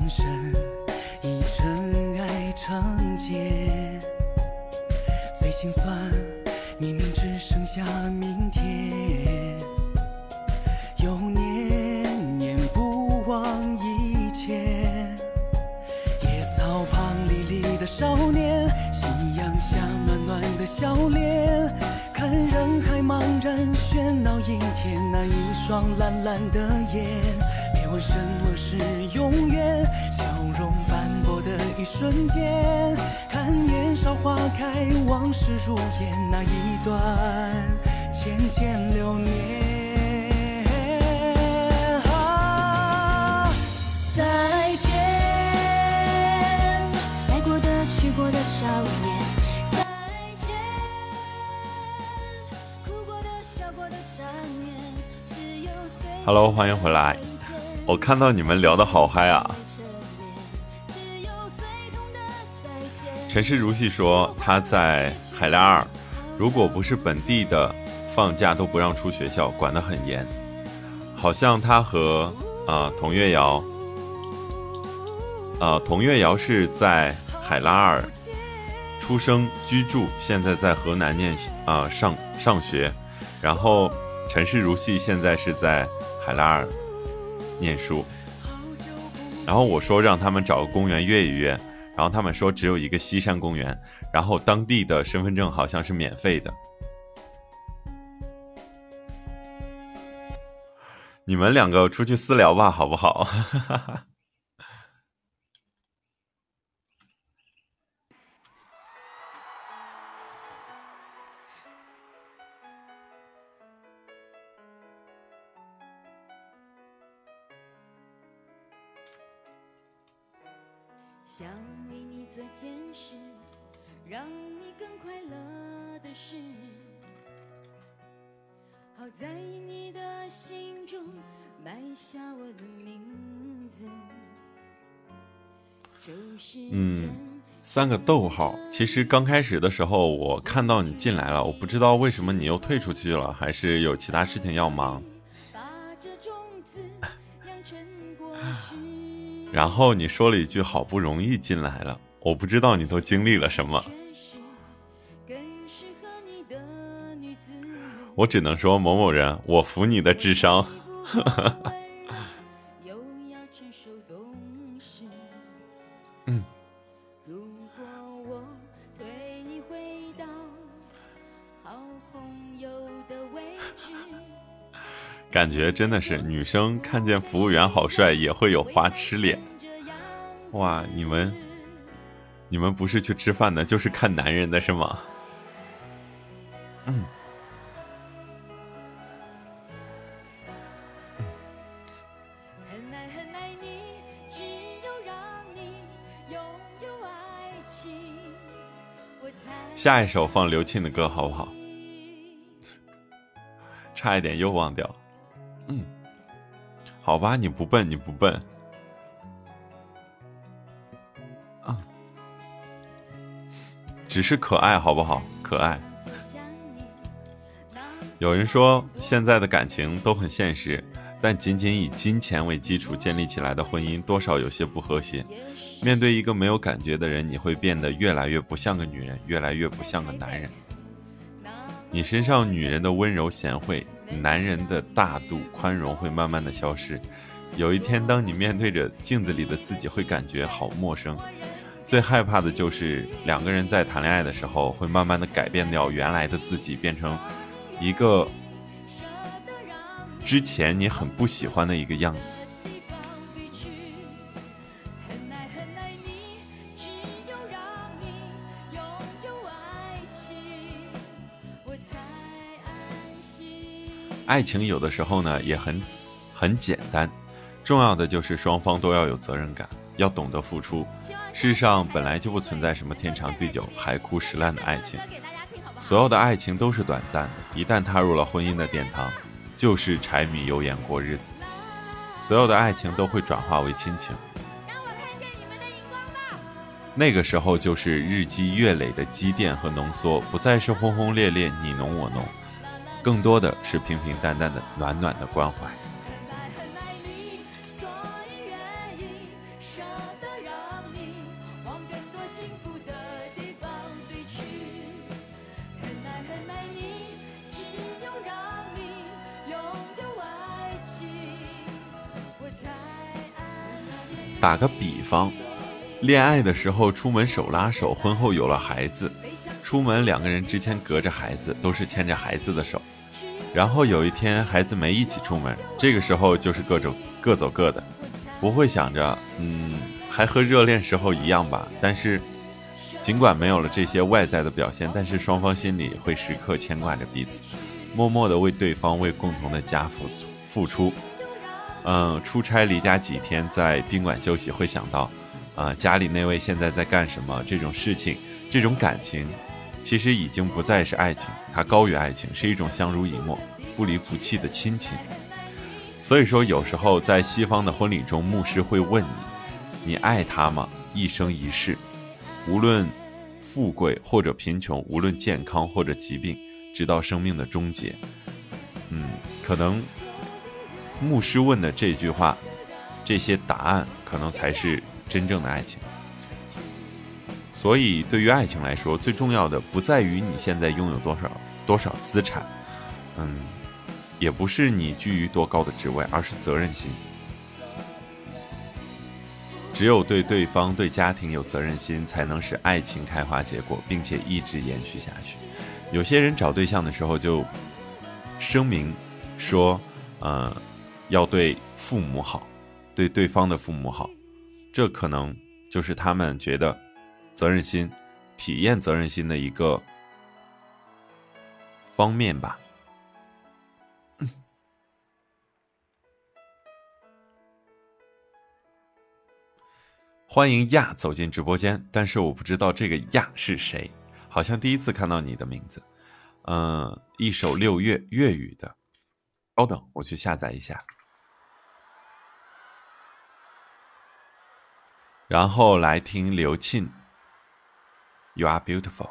深，以尘埃成结。最心酸，明明只剩下明天，又念念不忘以前。野草旁离离的少年，夕阳下暖暖的笑脸，看人海茫然喧闹阴天，那一双蓝蓝的眼，别问什么是永远，笑容斑驳的一瞬间，看年少花开，往事如烟，那一段渐渐流年。 再见，来过的去过的少年。再见，哭过的笑过的缠绵。只有最 Hello， 欢迎回来。我看到你们聊得好嗨啊！陈氏如戏说他在海拉尔，如果不是本地的，放假都不让出学校，管得很严。好像他和童月瑶，童月瑶是在海拉尔出生居住，现在在河南上学，然后陈氏如戏现在是在海拉尔念书。然后我说让他们找个公园约一约，然后他们说只有一个西山公园，然后当地的身份证好像是免费的。你们两个出去私聊吧，好不好？ 想为你做件事，让你更快乐的事，好在你的心中埋下我的名字。 3个逗号。其实刚开始的时候我看到你进来了，我不知道为什么你又退出去了，还是有其他事情要忙。然后你说了一句好不容易进来了，我不知道你都经历了什么。我只能说某某人，我服你的智商。感觉真的是女生看见服务员好帅也会有花痴脸。哇，你们不是去吃饭的，就是看男人的是吗？下一首放刘庆的歌好不好？差一点又忘掉。好吧，你不笨，你不笨。只是可爱，好不好？可爱。有人说现在的感情都很现实，但仅仅以金钱为基础建立起来的婚姻多少有些不和谐。面对一个没有感觉的人，你会变得越来越不像个女人，越来越不像个男人。你身上女人的温柔贤惠，男人的大度宽容会慢慢的消失。有一天当你面对着镜子里的自己，会感觉好陌生。最害怕的就是两个人在谈恋爱的时候会慢慢的改变掉原来的自己，变成一个之前你很不喜欢的一个样子。爱情有的时候呢也很简单，重要的就是双方都要有责任感，要懂得付出。世上本来就不存在什么天长地久、海枯石烂的爱情，所有的爱情都是短暂的，一旦踏入了婚姻的殿堂，就是柴米油盐过日子。所有的爱情都会转化为亲情， 让我看见你们的荧光吧。 那个时候就是日积月累的积淀和浓缩，不再是轰轰烈烈你侬我侬，更多的是平平淡淡的暖暖的关怀。 打个比方，恋爱的时候出门手拉手，婚后有了孩子，出门两个人之间隔着孩子，都是牵着孩子的手。然后有一天孩子没一起出门，这个时候就是各走各的，不会想着还和热恋时候一样吧。但是尽管没有了这些外在的表现，但是双方心里会时刻牵挂着彼此，默默地为对方为共同的家付出。出差离家几天，在宾馆休息，会想到家里那位现在在干什么，这种事情，这种感情其实已经不再是爱情，它高于爱情，是一种相濡以沫不离不弃的亲情。所以说有时候在西方的婚礼中，牧师会问你爱他吗？一生一世，无论富贵或者贫穷，无论健康或者疾病，直到生命的终结。可能牧师问的这句话，这些答案可能才是真正的爱情。所以对于爱情来说，最重要的不在于你现在拥有多少资产，也不是你居于多高的职位，而是责任心。只有对对方对家庭有责任心，才能使爱情开花结果，并且一直延续下去。有些人找对象的时候就声明说要对父母好，对对方的父母好，这可能就是他们觉得责任心体验责任心的一个方面吧。欢迎亚走进直播间，但是我不知道这个亚是谁，好像第一次看到你的名字。一首六月粤语的，稍等，我去下载一下。然后来听刘沁 You are beautiful。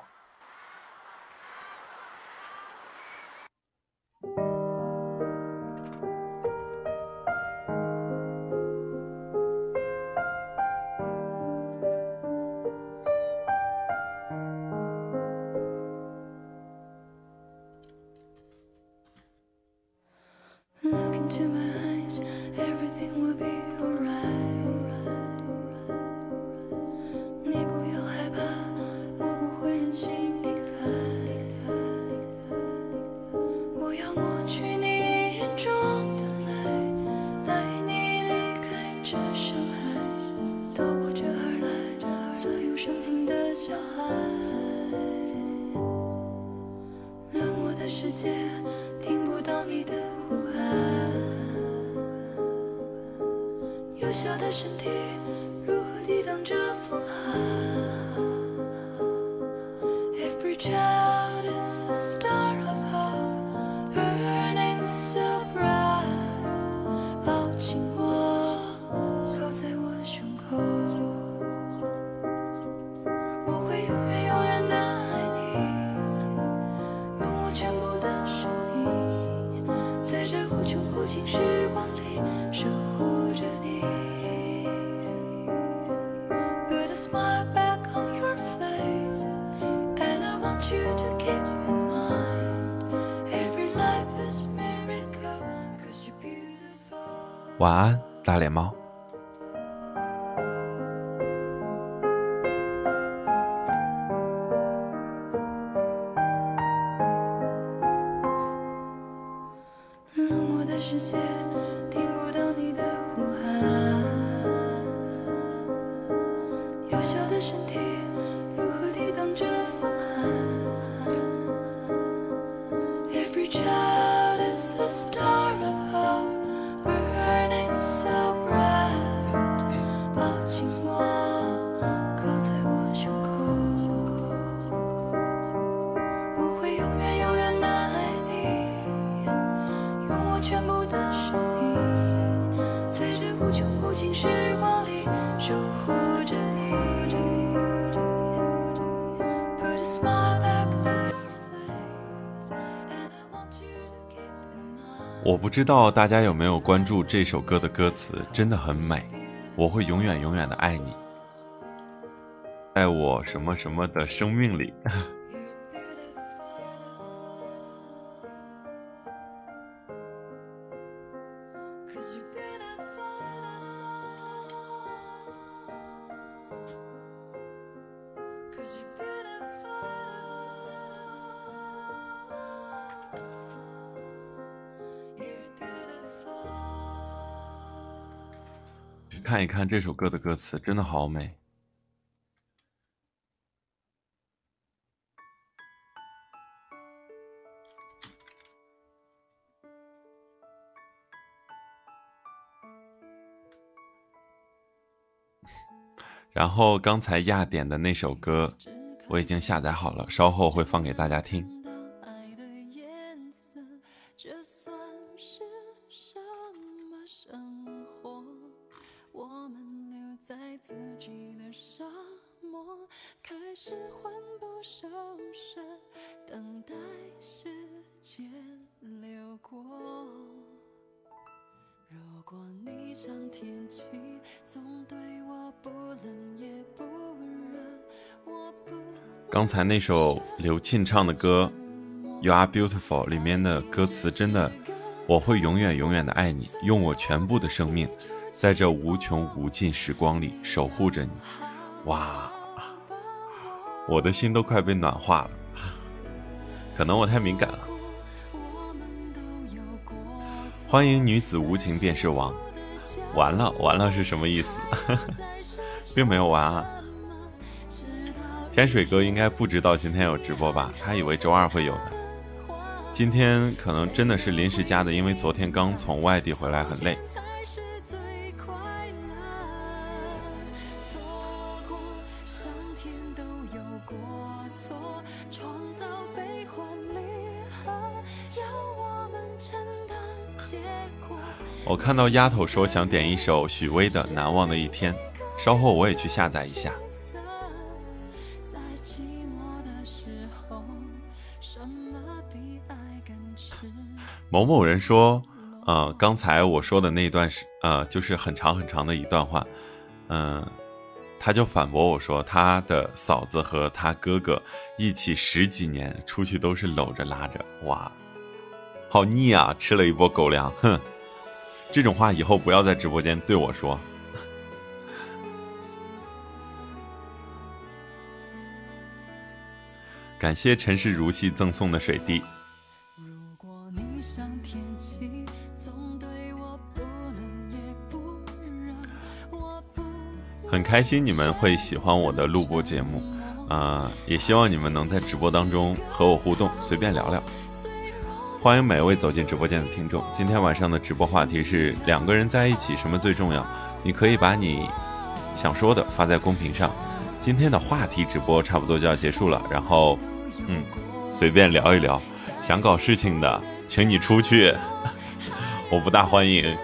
Look into my eyes, everything will be alright. 你不要害怕，我不会任性离开。我要抹去你眼中的泪，带你离开这伤害，到我这儿来，所有伤心的小孩。冷漠的世界，听不到你的呼喊。幼小的身体如何抵挡这风寒 ？Every child is a star of hope, burning so bright。抱紧我，靠在我胸口，我会永远永远的爱你，用我全部的生命，在这无穷无尽时光里守护着你。Put a smile back on your face, and I want you to keep in mind, every life is miracle, 'cause you're beautiful。 晚安，大脸猫。 冷漠的世界，听不到你的呼喊。幼小的身体，如何抵挡这风寒 ？Every child is a star of hope, burning so bright。抱紧我，靠在我胸口，我会永远永远的爱你，用我全部的生命，在这无穷无尽时光里守护着你。Put a smile back on your face, and I want you to keep in mind。 我不知道大家有没有关注这首歌的歌词，真的很美。我会永远永远的爱你，在我什么什么的生命里。 看一看这首歌的歌词，真的好美。然后刚才亚点的那首歌我已经下载好了，稍后会放给大家听。 这算是什么生活？我们留在自己的沙漠，开始魂不守舍，等待时间流过。如果你像天气，总对我不冷也不热，我不。 刚才那首刘沁唱的歌 You Are Beautiful 里面的歌词真的，我会永远永远的爱你，用我全部的生命在这无穷无尽时光里守护着你。哇，我的心都快被暖化了，可能我太敏感了。欢迎女子无情便是王。完了完了是什么意思？并没有完啊。天水哥应该不知道今天有直播吧，他以为周二会有的。今天可能真的是临时加的，因为昨天刚从外地回来很累。我看到丫头说想点一首许巍的《难忘的一天》，稍后我也去下载一下。某某人说，刚才我说的那段是，就是很长很长的一段话，他就反驳我说，他的嫂子和他哥哥一起10几年，出去都是搂着拉着，哇，好腻啊！吃了一波狗粮，哼。这种话以后不要在直播间对我说。感谢陈氏如戏赠送的水滴。很开心你们会喜欢我的录播节目，也希望你们能在直播当中和我互动，随便聊聊。欢迎每位走进直播间的听众。今天晚上的直播话题是两个人在一起什么最重要？你可以把你想说的发在公屏上。今天的话题直播差不多就要结束了，然后随便聊一聊。想搞事情的请你出去，我不大欢迎。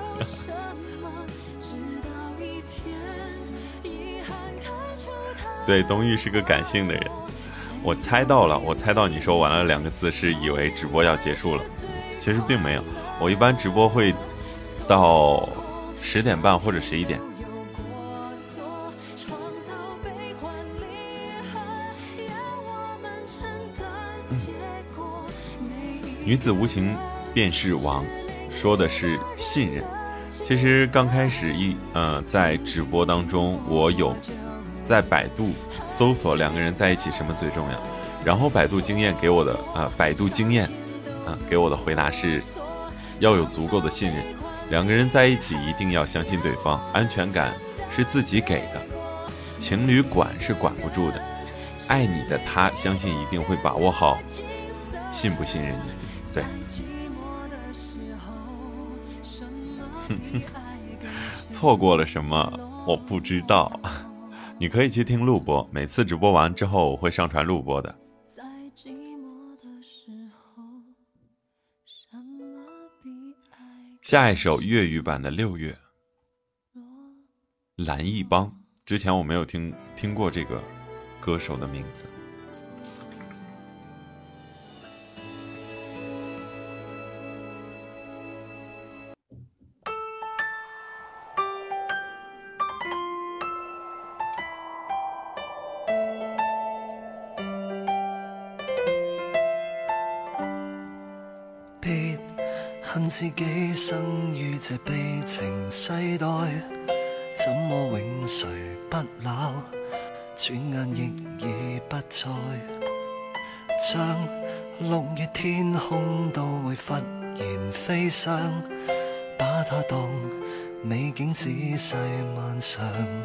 对，东玉是个感性的人。我猜到了，我猜到你说完了2个字是以为直播要结束了，其实并没有。我一般直播会到10点半或者11点。女子无情便是王，说的是信任。其实刚开始在直播当中，我有在百度搜索两个人在一起什么最重要，然后百度经验给我的给我的回答是要有足够的信任，两个人在一起一定要相信对方，安全感是自己给的，情侣管是管不住的，爱你的他相信一定会把握好信不信任你。对，错过了什么我不知道，你可以去听录播，每次直播完之后我会上传录播的。下一首粤语版的6月，蓝奕邦，之前我没有听过这个歌手的名字。 恨自己生於這悲情世代，怎麼永垂不朽？轉眼亦已不再，像6月天空都會忽然飛上，把它當美景仔細漫長。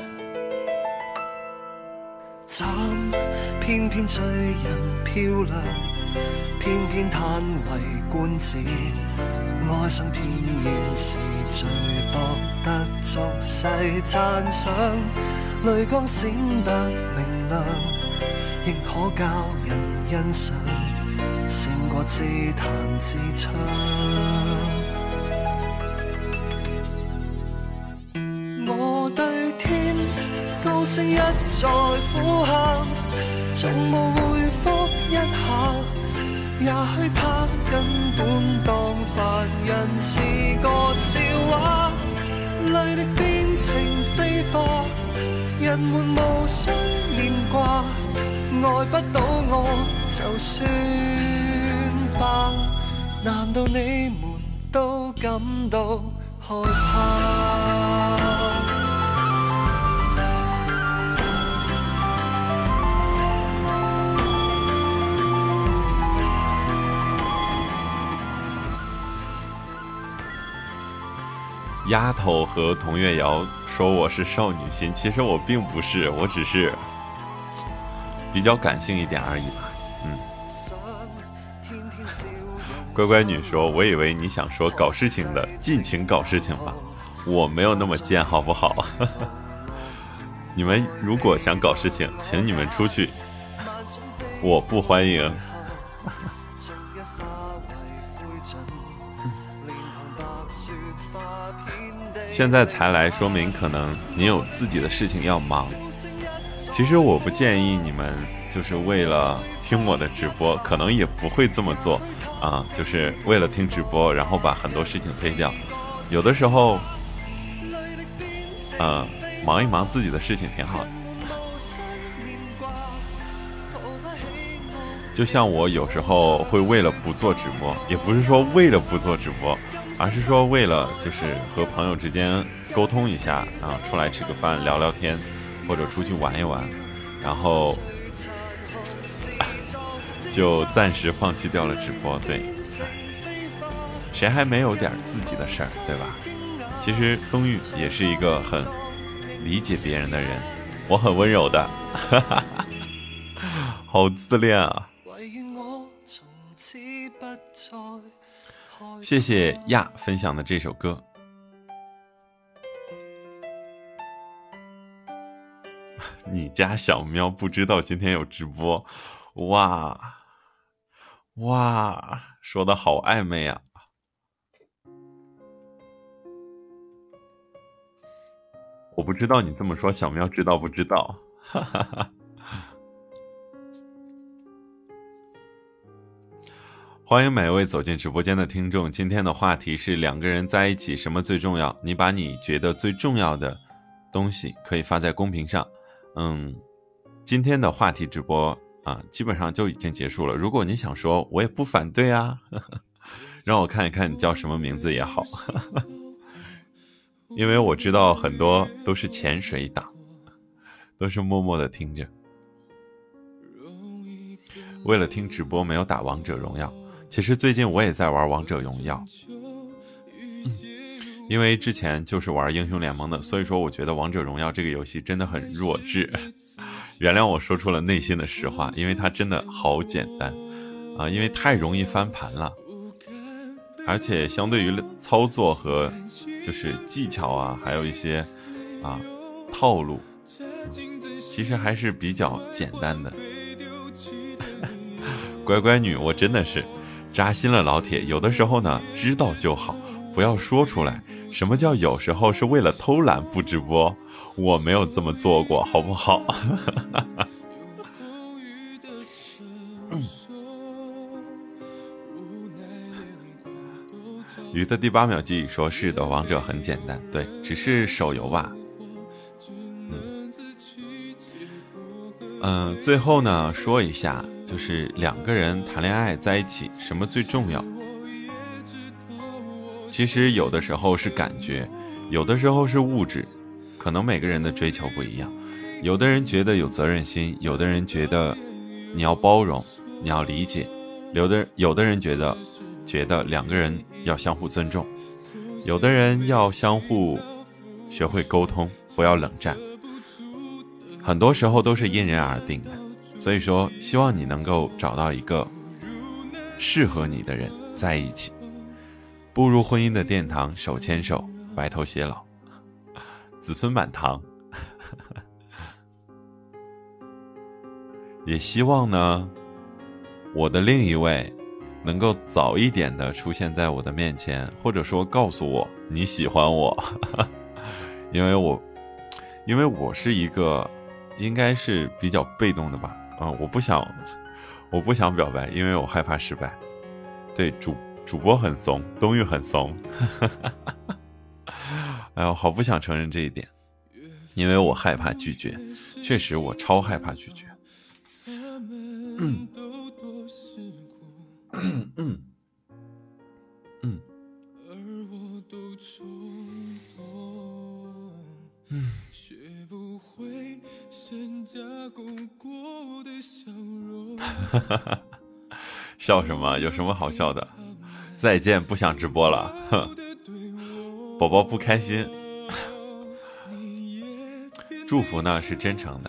慘，偏偏追人漂亮，偏偏嘆為觀止。愛上片語是最博得俗世讚賞，淚光閃得明亮，亦可教人欣賞，勝過自彈自唱。我對天高聲一再呼喊，從無回覆一下，也許他根本當凡人是個笑話。淚的變成飛花，人們無需念掛，愛不到我就算吧。難道你們都感到害怕？ 丫头和童月瑶说我是少女心，其实我并不是，我只是比较感性一点而已吧。乖乖女说，我以为你想说搞事情的尽情搞事情吧，我没有那么贱好不好？你们如果想搞事情，请你们出去，我不欢迎。现在才来，说明可能你有自己的事情要忙。其实我不建议你们就是为了听我的直播，可能也不会这么做啊，就是为了听直播，然后把很多事情推掉。有的时候，忙一忙自己的事情挺好的。就像我有时候会为了不做直播，也不是说为了不做直播，而是说为了就是和朋友之间沟通一下啊，出来吃个饭聊聊天，或者出去玩一玩，然后就暂时放弃掉了直播。对，谁还没有点自己的事儿，对吧？其实冬玉也是一个很理解别人的人，我很温柔的。好自恋啊。谢谢亚分享的这首歌。你家小喵不知道今天有直播，哇，说的好暧昧啊。我不知道你这么说，小喵知道不知道？哈哈哈。欢迎每位走进直播间的听众，今天的话题是两个人在一起什么最重要？你把你觉得最重要的东西可以发在公屏上。今天的话题直播啊，基本上就已经结束了。如果你想说，我也不反对啊，让我看一看你叫什么名字也好。因为我知道很多都是潜水党，都是默默的听着，为了听直播没有打王者荣耀。其实最近我也在玩王者荣耀，因为之前就是玩英雄联盟的，所以说我觉得王者荣耀这个游戏真的很弱智。原谅我说出了内心的实话，因为它真的好简单啊，因为太容易翻盘了，而且相对于操作和就是技巧啊，还有一些套路，其实还是比较简单的。乖乖女，我真的是扎心了，老铁。有的时候呢，知道就好，不要说出来。什么叫有时候是为了偷懒不直播？我没有这么做过，好不好？鱼的第8秒记忆说是的，王者很简单，对，只是手游吧。最后呢，说一下，就是两个人谈恋爱在一起，什么最重要？其实有的时候是感觉，有的时候是物质，可能每个人的追求不一样。有的人觉得有责任心，有的人觉得你要包容，你要理解，有的人觉得两个人要相互尊重，有的人要相互学会沟通，不要冷战。很多时候都是因人而定的，所以说希望你能够找到一个适合你的人在一起，步入婚姻的殿堂，手牵手，白头偕老，子孙满堂。也希望呢，我的另一位能够早一点的出现在我的面前，或者说告诉我你喜欢我。因为我是一个应该是比较被动的吧，我不想表白，因为我害怕失败。对，主播很怂，冬玉很怂。哎呦，好不想承认这一点，因为我害怕拒绝，确实我超害怕拒绝。笑什么？有什么好笑的？再见，不想直播了。宝宝不开心。祝福呢是真诚的。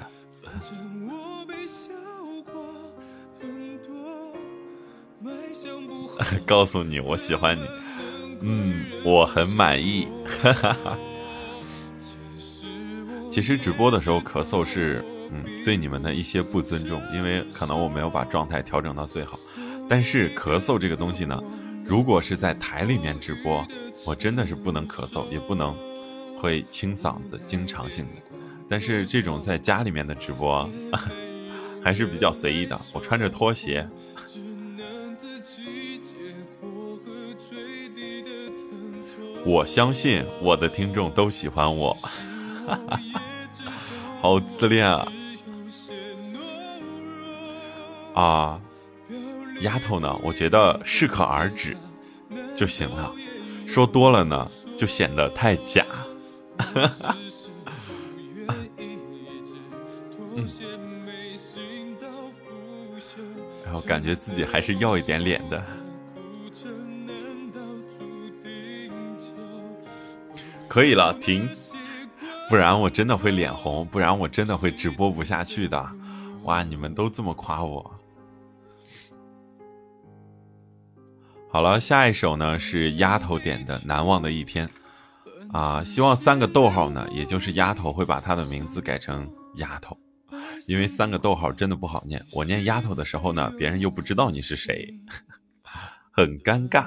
告诉你我喜欢你，我很满意。其实直播的时候咳嗽是对你们的一些不尊重，因为可能我没有把状态调整到最好。但是咳嗽这个东西呢，如果是在台里面直播，我真的是不能咳嗽，也不能会清嗓子，经常性的。但是这种在家里面的直播还是比较随意的，我穿着拖鞋。我相信我的听众都喜欢我。好自恋啊！丫头呢，我觉得适可而止就行了，说多了呢就显得太假。然后感觉自己还是要一点脸的。可以了，停，不然我真的会脸红，不然我真的会直播不下去的。哇，你们都这么夸我。好了，下一首呢是丫头点的《难忘的一天》希望3个逗号呢，也就是丫头会把她的名字改成丫头，因为3个逗号真的不好念，我念丫头的时候呢，别人又不知道你是谁，很尴尬。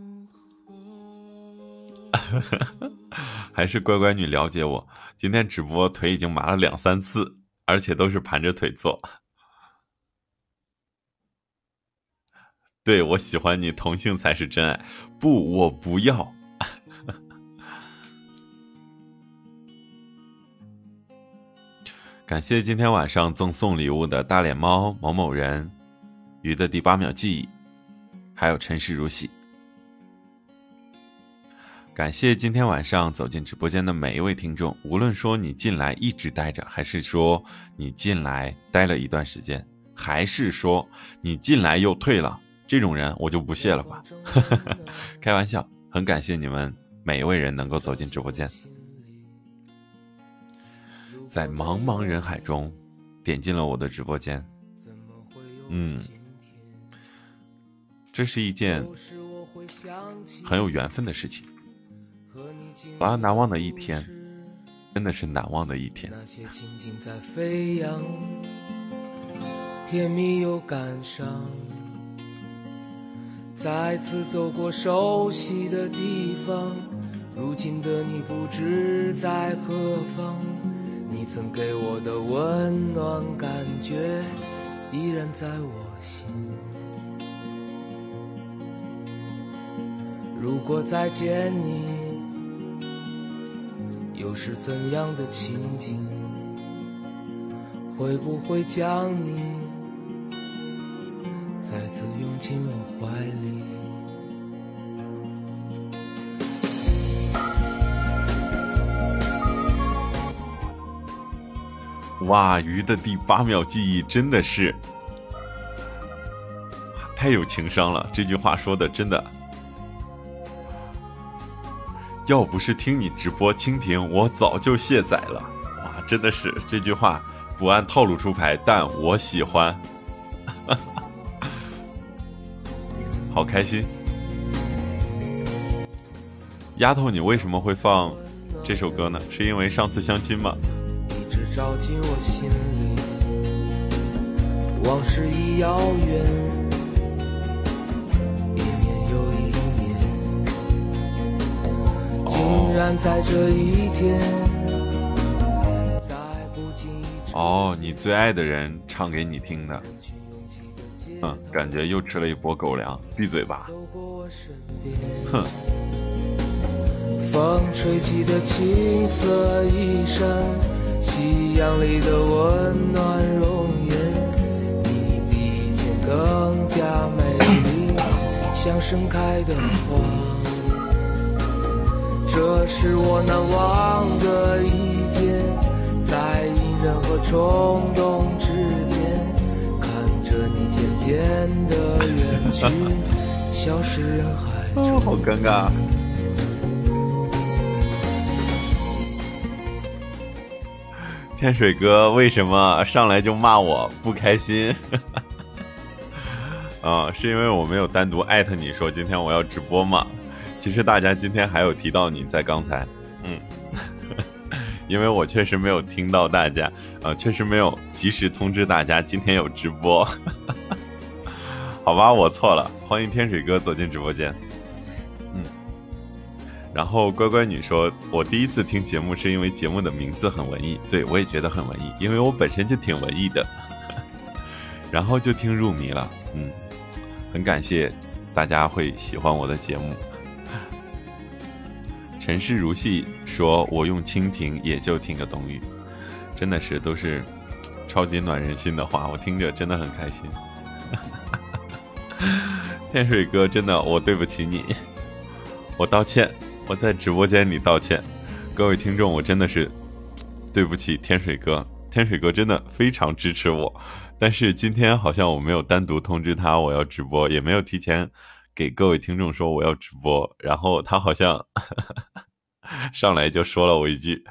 还是乖乖女了解我，今天直播腿已经麻了2、3次，而且都是盘着腿坐。对，我喜欢你，同性才是真爱。不，我不要。感谢今天晚上赠送礼物的大脸猫、某某人、鱼的第8秒记忆，还有陈氏如喜。感谢今天晚上走进直播间的每一位听众，无论说你进来一直待着，还是说你进来待了一段时间，还是说你进来又退了，这种人我就不屑了吧。开玩笑，很感谢你们每一位人能够走进直播间，在茫茫人海中点进了我的直播间。这是一件很有缘分的事情。难忘的一天，真的是难忘的一天。 那些情景在飞扬，甜蜜又感伤，再次走过熟悉的地方，如今的你不知在何方，你曾给我的温暖感觉依然在我心。如果再见你，又是怎样的情景？会不会将你再次拥进我怀里？ 哇，鱼的第8秒记忆真的是太有情商了，这句话说的真的要不是听你直播蜻蜓，我早就卸载了。哇，真的是这句话不按套路出牌，但我喜欢。好开心。丫头，你为什么会放这首歌呢？是因为上次相亲吗？ 一直照进我心里，往事已遥远，一年又一年，竟然在这一天，在不经意之间你最爱的人唱给你听的。感觉又吃了一波狗粮，闭嘴吧。哼。 风吹起的青色衣衫，夕阳里的温暖容颜，你比以前更加美丽，像盛开的花。这是我难忘的一天，在隐忍和冲动之间，看着你渐渐的远去，消失人海中。 好尴尬。天水哥为什么上来就骂我不开心？是因为我没有单独艾特你说今天我要直播嘛。其实大家今天还有提到你在刚才，因为我确实没有听到大家，确实没有及时通知大家今天有直播。好吧，我错了，欢迎天水哥走进直播间。然后乖乖女说，我第一次听节目是因为节目的名字很文艺。对，我也觉得很文艺，因为我本身就挺文艺的。然后就听入迷了。很感谢大家会喜欢我的节目。陈氏如戏说，我用蜻蜓也就听个冬雨。真的是都是超级暖人心的话，我听着真的很开心。天水哥，真的我对不起你，我道歉，我在直播间里道歉。各位听众，我真的是对不起天水哥，天水哥真的非常支持我，但是今天好像我没有单独通知他我要直播，也没有提前给各位听众说我要直播，然后他好像上来就说了我一句。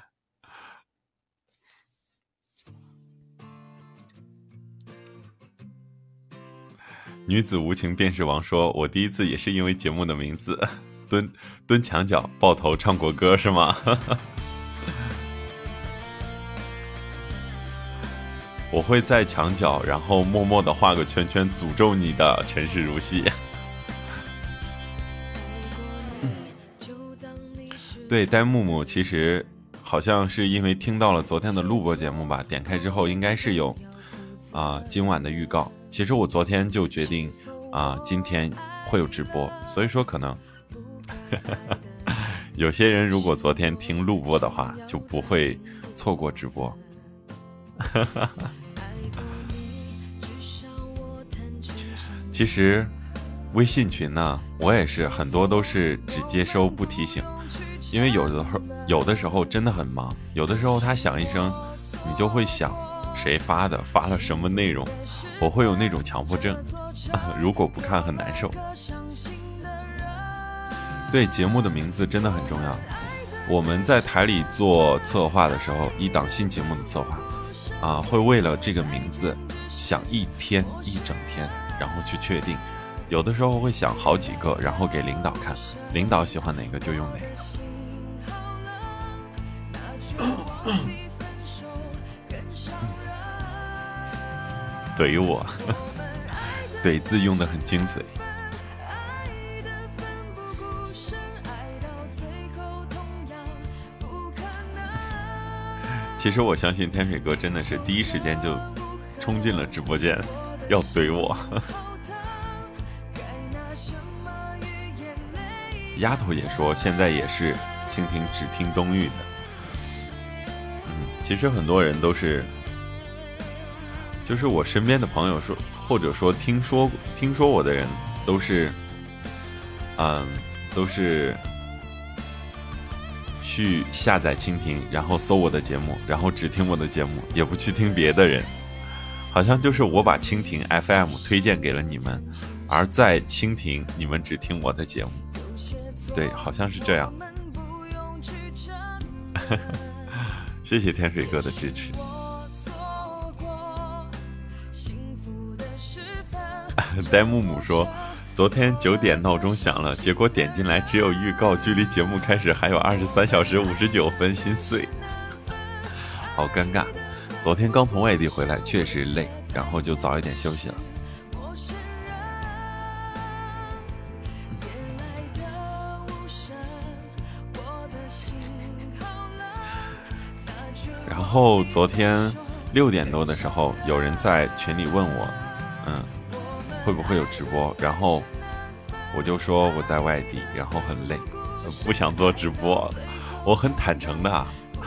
女子无情便是王说，我第一次也是因为节目的名字，蹲墙角抱头唱国歌是吗？我会在墙角然后默默地画个圈圈诅咒你的，陈氏如戏。对，呆木木其实好像是因为听到了昨天的录播节目吧，点开之后应该是有今晚的预告。其实我昨天就决定今天会有直播，所以说可能有些人如果昨天听录播的话就不会错过直播。其实微信群呢，我也是很多都是只接收不提醒，因为有的时候真的很忙，有的时候他响一声你就会想谁发的，发了什么内容，我会有那种强迫症，如果不看很难受。对，节目的名字真的很重要。我们在台里做策划的时候，一档新节目的策划会为了这个名字想一整天，然后去确定，有的时候会想好几个，然后给领导看，领导喜欢哪个就用哪个。怼我，怼字用得很精髓。其实我相信天水哥真的是第一时间就冲进了直播间，要怼我。丫头也说现在也是蜻蜓只听冬玉的。其实很多人都是，就是我身边的朋友说，或者说听说我的人都是去下载蜻蜓，然后搜我的节目，然后只听我的节目，也不去听别的人。好像就是我把蜻蜓 FM 推荐给了你们，而在蜻蜓你们只听我的节目。对，好像是这样。 谢谢天水哥的支持。呆木木说，昨天9点闹钟响了，结果点进来只有预告，距离节目开始还有23小时59分，心碎。好尴尬，昨天刚从外地回来，确实累，然后就早一点休息了。然后昨天6点多的时候，有人在群里问我，会不会有直播？然后我就说我在外地，然后很累，不想做直播。我很坦诚的，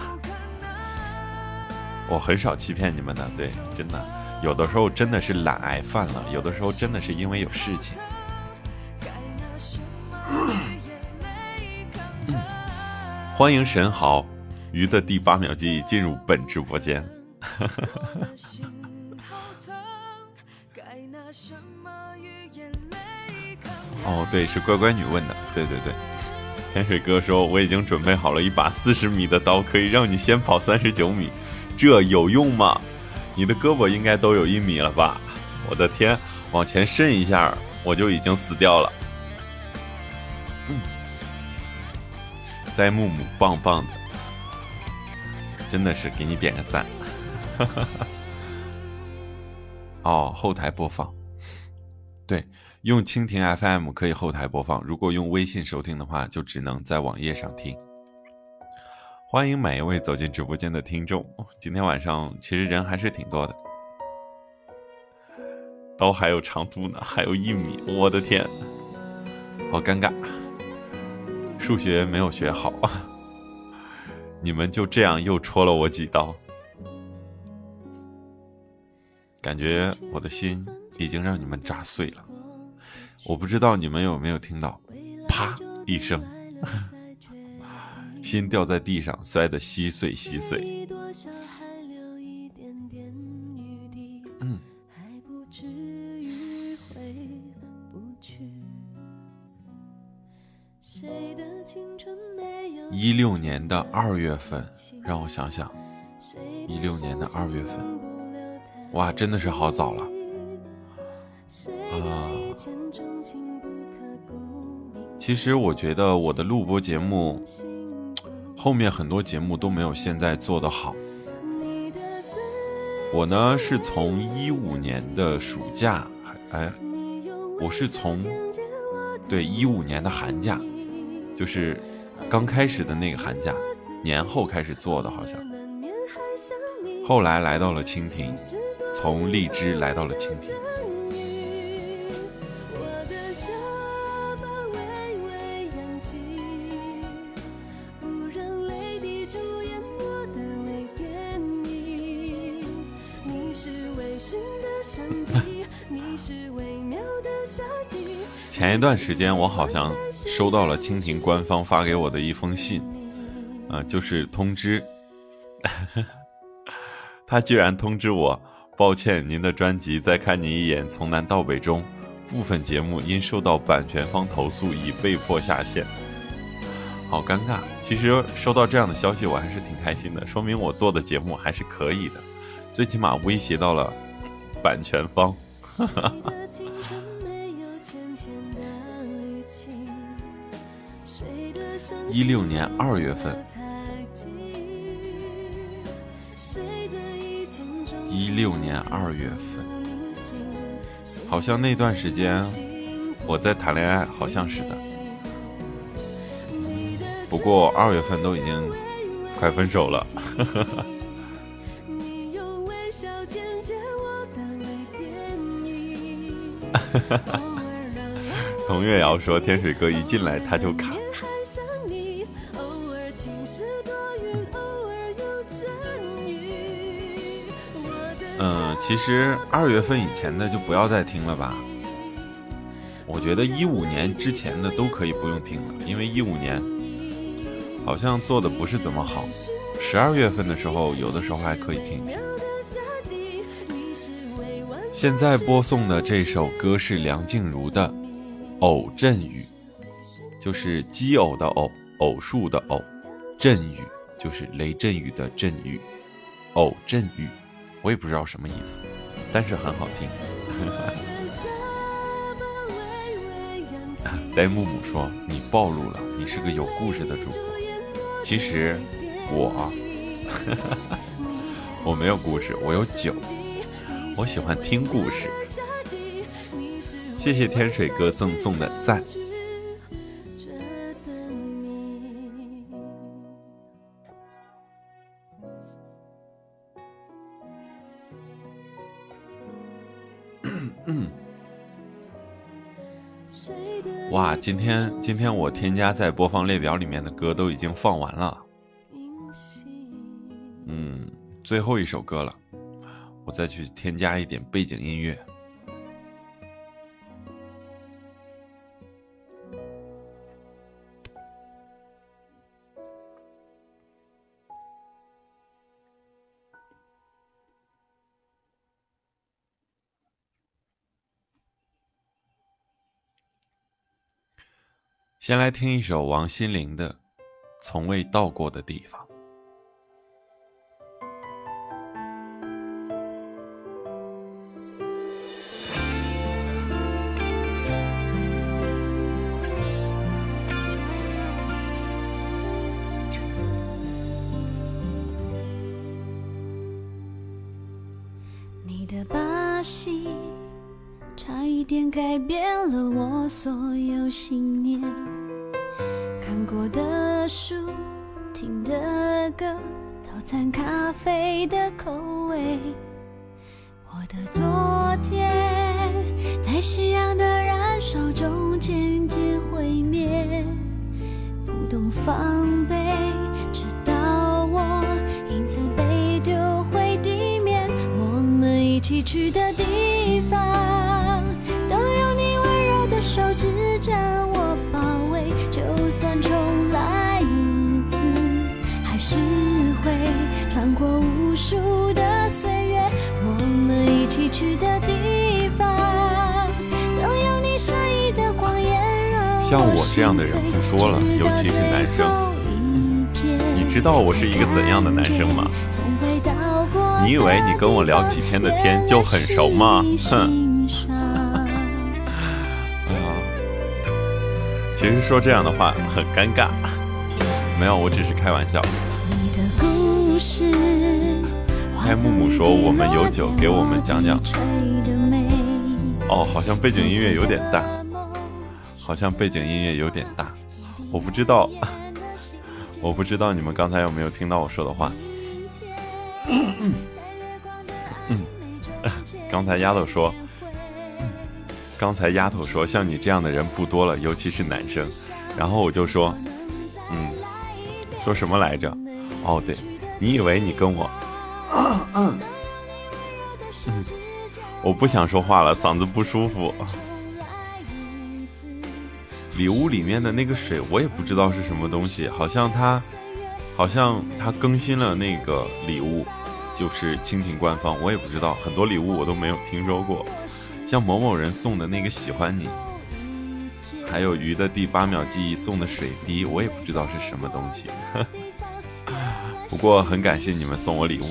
我很少欺骗你们的，对，真的，有的时候真的是懒癌犯了，有的时候真的是因为有事情。欢迎神豪鱼的第8秒记忆进入本直播间。哦，对，是乖乖女问的，对对对。天水哥说，我已经准备好了一把40米的刀，可以让你先跑39米，这有用吗？你的胳膊应该都有1米了吧？我的天，往前伸一下我就已经死掉了。呆木木棒棒的，真的是给你点个赞。哦，后台播放，对，用蜻蜓 FM 可以后台播放，如果用微信收听的话，就只能在网页上听。欢迎每一位走进直播间的听众，今天晚上其实人还是挺多的。刀还有长度呢，还有1米，我的天，好尴尬，数学没有学好，你们就这样又戳了我几刀，感觉我的心已经让你们炸碎了。我不知道你们有没有听到啪一声，心掉在地上，摔得稀碎稀碎。16年的2月份，让我想想，16年的2月份，哇，真的是好早了啊！其实我觉得我的录播节目后面很多节目都没有现在做得好。我呢是从15年的暑假，我是从15年的寒假，就是刚开始的那个寒假，年后开始做的，好像。后来来到了蜻蜓，从荔枝来到了蜻蜓。前一段时间我好像收到了蜻蜓官方发给我的一封信，就是通知他居然通知我，抱歉，您的专辑再看你一眼从南到北中部分节目因受到版权方投诉已被迫下线。好尴尬，其实收到这样的消息我还是挺开心的，说明我做的节目还是可以的，最起码威胁到了版权方。16年2月份，16年2月份，好像那段时间我在谈恋爱，好像是的。不过2月份都已经快分手了。童月瑶说，天水哥一进来他就卡。其实2月份以前的就不要再听了吧，我觉得15年之前的都可以不用听了，因为15年好像做的不是怎么好，12月份的时候有的时候还可以听听。现在播送的这首歌是梁静茹的《偶阵雨》，就是基偶的偶，偶数的偶，阵雨就是雷阵雨的阵雨，偶阵雨，我也不知道什么意思，但是很好听。呆木木说你暴露了，你是个有故事的主播。其实我没有故事，我有酒，我喜欢听故事。谢谢天水哥赠送的赞。哇，今天我添加在播放列表里面的歌都已经放完了，最后一首歌了，我再去添加一点背景音乐。先来听一首王心凌的《从未到过的地方》。 你的把戏差一点改变了我所有信念，看过的书，听的歌，早餐咖啡的口味。我的昨天在夕阳的燃烧中渐渐毁灭，不懂防备，直到我因此被丢回地面。我们一起去的地方，都有你温柔的手指将我包围。就算重来一次，还是会穿过无数的岁月。我们一起去的地方，都有你善意的谎言。 像我这样的人不多了，尤其是男生。你知道我是一个怎样的男生吗？你以为你跟我聊几天的天就很熟吗？哼！哎呀，其实说这样的话很尴尬。没有，我只是开玩笑。开木木说我们有酒，给我们讲讲。哦，好像背景音乐有点大，我不知道，你们刚才有没有听到我说的话。刚才丫头说像你这样的人不多了，尤其是男生。然后我就说说什么来着？哦对，你以为你跟我我不想说话了，嗓子不舒服。礼物里面的那个水我也不知道是什么东西，好像他更新了那个礼物，就是蜻蜓官方，我也不知道，很多礼物我都没有听说过，像某某人送的那个喜欢你，还有鱼的第8秒记忆送的水滴，我也不知道是什么东西。不过很感谢你们送我礼物。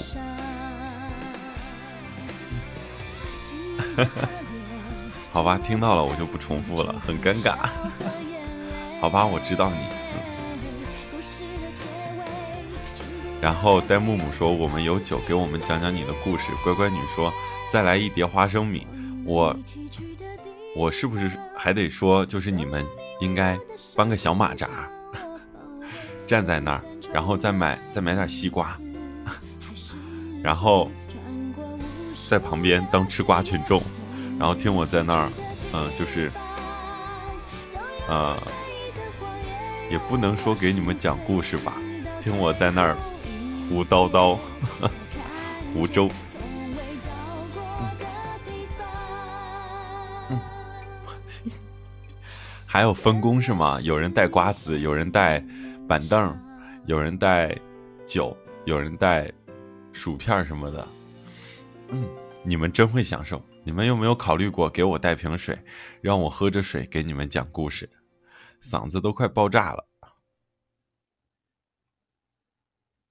好吧，听到了我就不重复了，很尴尬。好吧，我知道你。然后呆木木说我们有酒，给我们讲讲你的故事。乖乖女说再来一碟花生米。我是不是还得说，就是你们应该搬个小马扎站在那儿，然后再买点西瓜，然后在旁边当吃瓜群众，然后听我在那儿就是也不能说给你们讲故事吧，听我在那儿胡叨叨湖州。还有分工是吗？有人带瓜子，有人带板凳，有人带酒，有人带薯片什么的。你们真会享受。你们有没有考虑过给我带瓶水，让我喝着水给你们讲故事？嗓子都快爆炸了。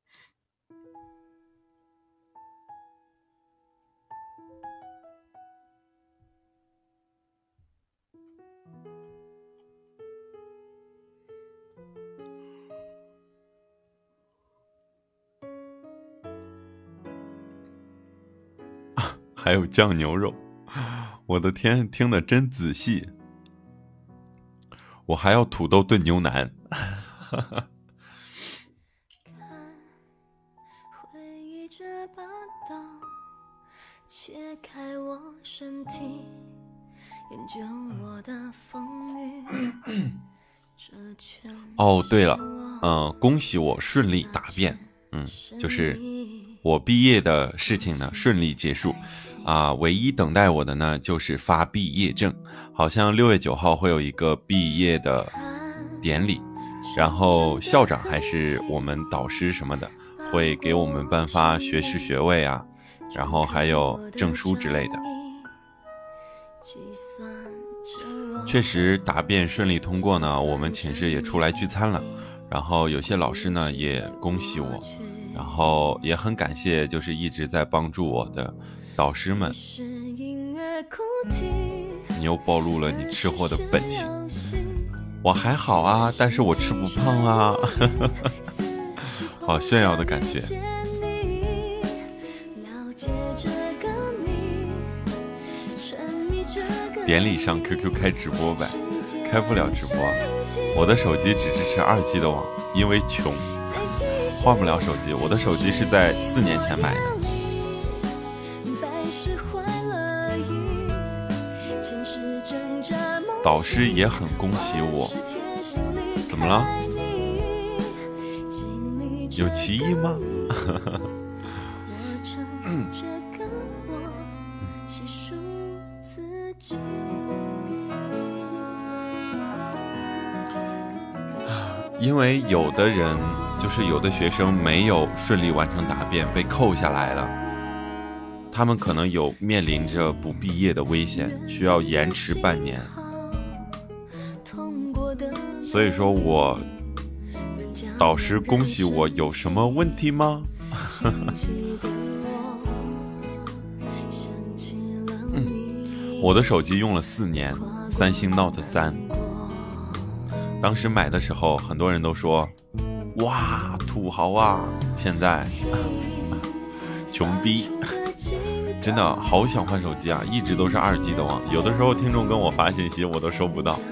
还有酱牛肉。我的天，听得真仔细。我还要土豆炖牛腩。 回忆这把刀，切开我身体，研究我的风雨。 哦，对了，恭喜我顺利答辩。就是我毕业的事情呢顺利结束啊，唯一等待我的呢就是发毕业证。好像6月9号会有一个毕业的典礼，然后校长还是我们导师什么的会给我们颁发学士学位啊，然后还有证书之类的。确实答辩顺利通过呢，我们寝室也出来聚餐了，然后有些老师呢也恭喜我，然后也很感谢就是一直在帮助我的导师们。你又暴露了你吃货的本性。我还好啊，但是我吃不胖啊。好炫耀的感觉。典礼上 QQ 开直播呗，开不了直播，我的手机只支持2G 的网，因为穷换不了手机。我的手机是在4年前买的。导师也很恭喜我。怎么了？有歧义吗？因为有的人就是有的学生没有顺利完成答辩，被扣下来了，他们可能有面临着不毕业的危险，需要延迟半年。所以说我导师恭喜我有什么问题吗？我的手机用了4年，三星 Note 3。当时买的时候很多人都说哇土豪啊，现在穷逼。真的好想换手机啊，一直都是2G 的网，有的时候听众跟我发信息我都收不到。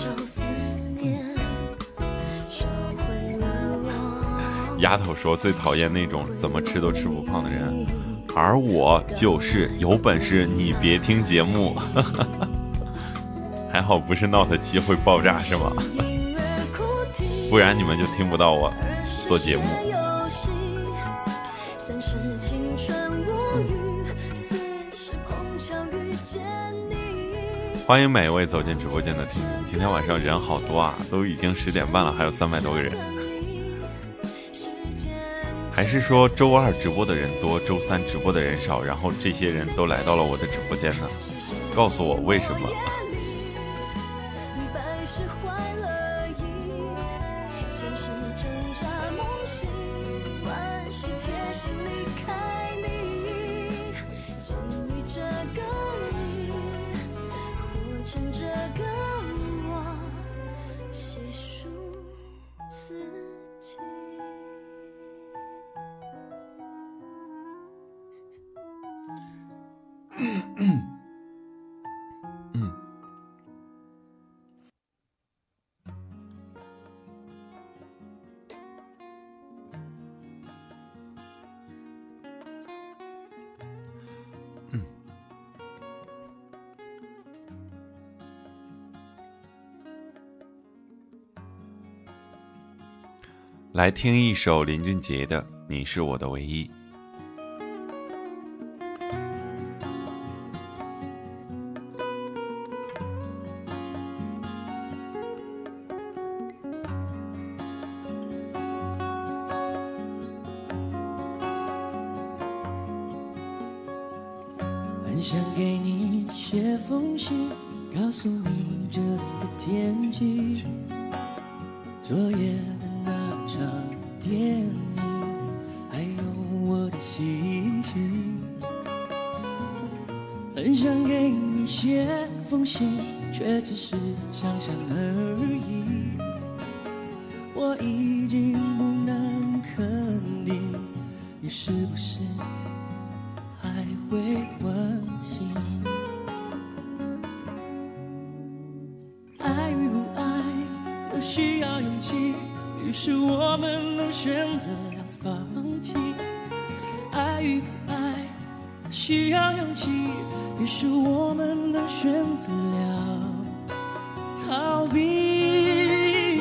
丫头说最讨厌那种怎么吃都吃不胖的人，而我就是有本事你别听节目。还好不是 Note 7会爆炸是吗？不然你们就听不到我做节目。欢迎每一位走进直播间的听众，今天晚上人好多啊，都已经10点半了，还有300多个人。还是说周2直播的人多，周3直播的人少，然后这些人都来到了我的直播间呢？告诉我为什么？来听一首林俊杰的《你是我的唯一》。 很想给你写封信，告诉你这里的天气，昨夜的那场电影，还有我的心情。很想给你写封信，却只是想想而已。我已经不能肯定，你是不是还会问？ 勇气，于是我们能选择了放弃。爱与不爱需要勇气，于是我们能选择了逃避。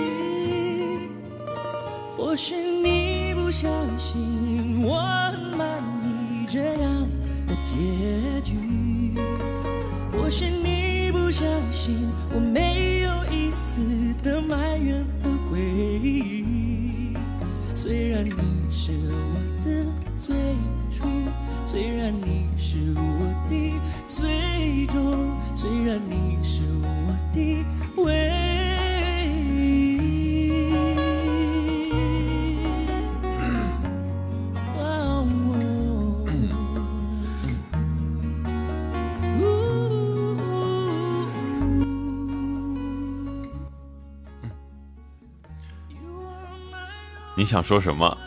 或许你不相信我很满意这样的结局，或许你不相信我没有一丝的埋怨和回忆。虽然你是我的最初，虽然你是我的最终，虽然你是我的唯一。 你想说什么？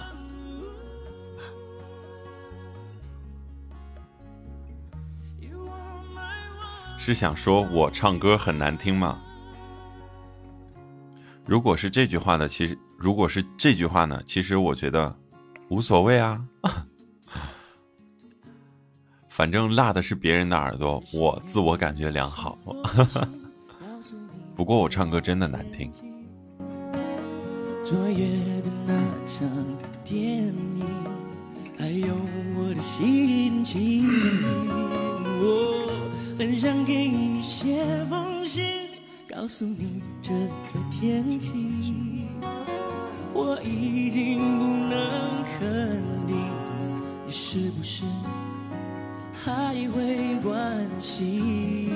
是想说我唱歌很难听吗？如果是这句话呢，其实我觉得无所谓啊。反正辣的是别人的耳朵，我自我感觉良好。不过我唱歌真的难听。 昨夜的那场电影，还有我的心情，我很想给你写封信，告诉你这个天气。我已经不能肯定你是不是还会关心。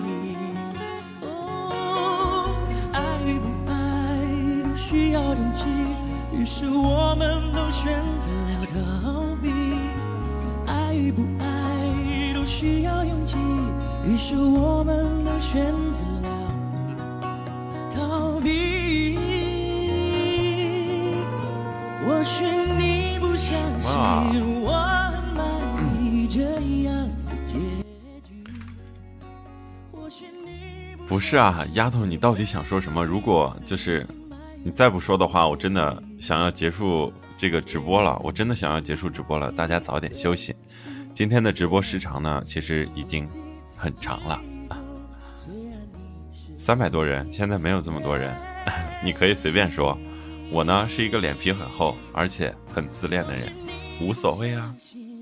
爱与不爱都需要勇气，于是我们都选择了逃避。爱与不爱都需要勇气，于是我们都选择了逃避。或许你不相信我很满意这样的结局。 不是啊，丫头，你到底想说什么？如果就是你再不说的话，我真的想要结束这个直播了，我真的想要结束直播了，大家早点休息。今天的直播时长呢，其实已经很长了，300多人，现在没有这么多人，你可以随便说。我呢是一个脸皮很厚而且很自恋的人，无所谓啊。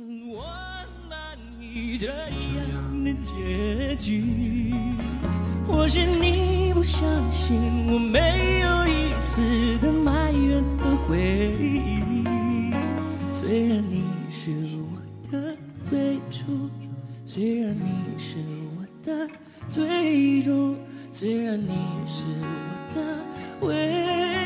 或许你不相信我没有一丝的埋怨和回忆。虽然你是我的最初，虽然你是我的最终，虽然你是我的唯一。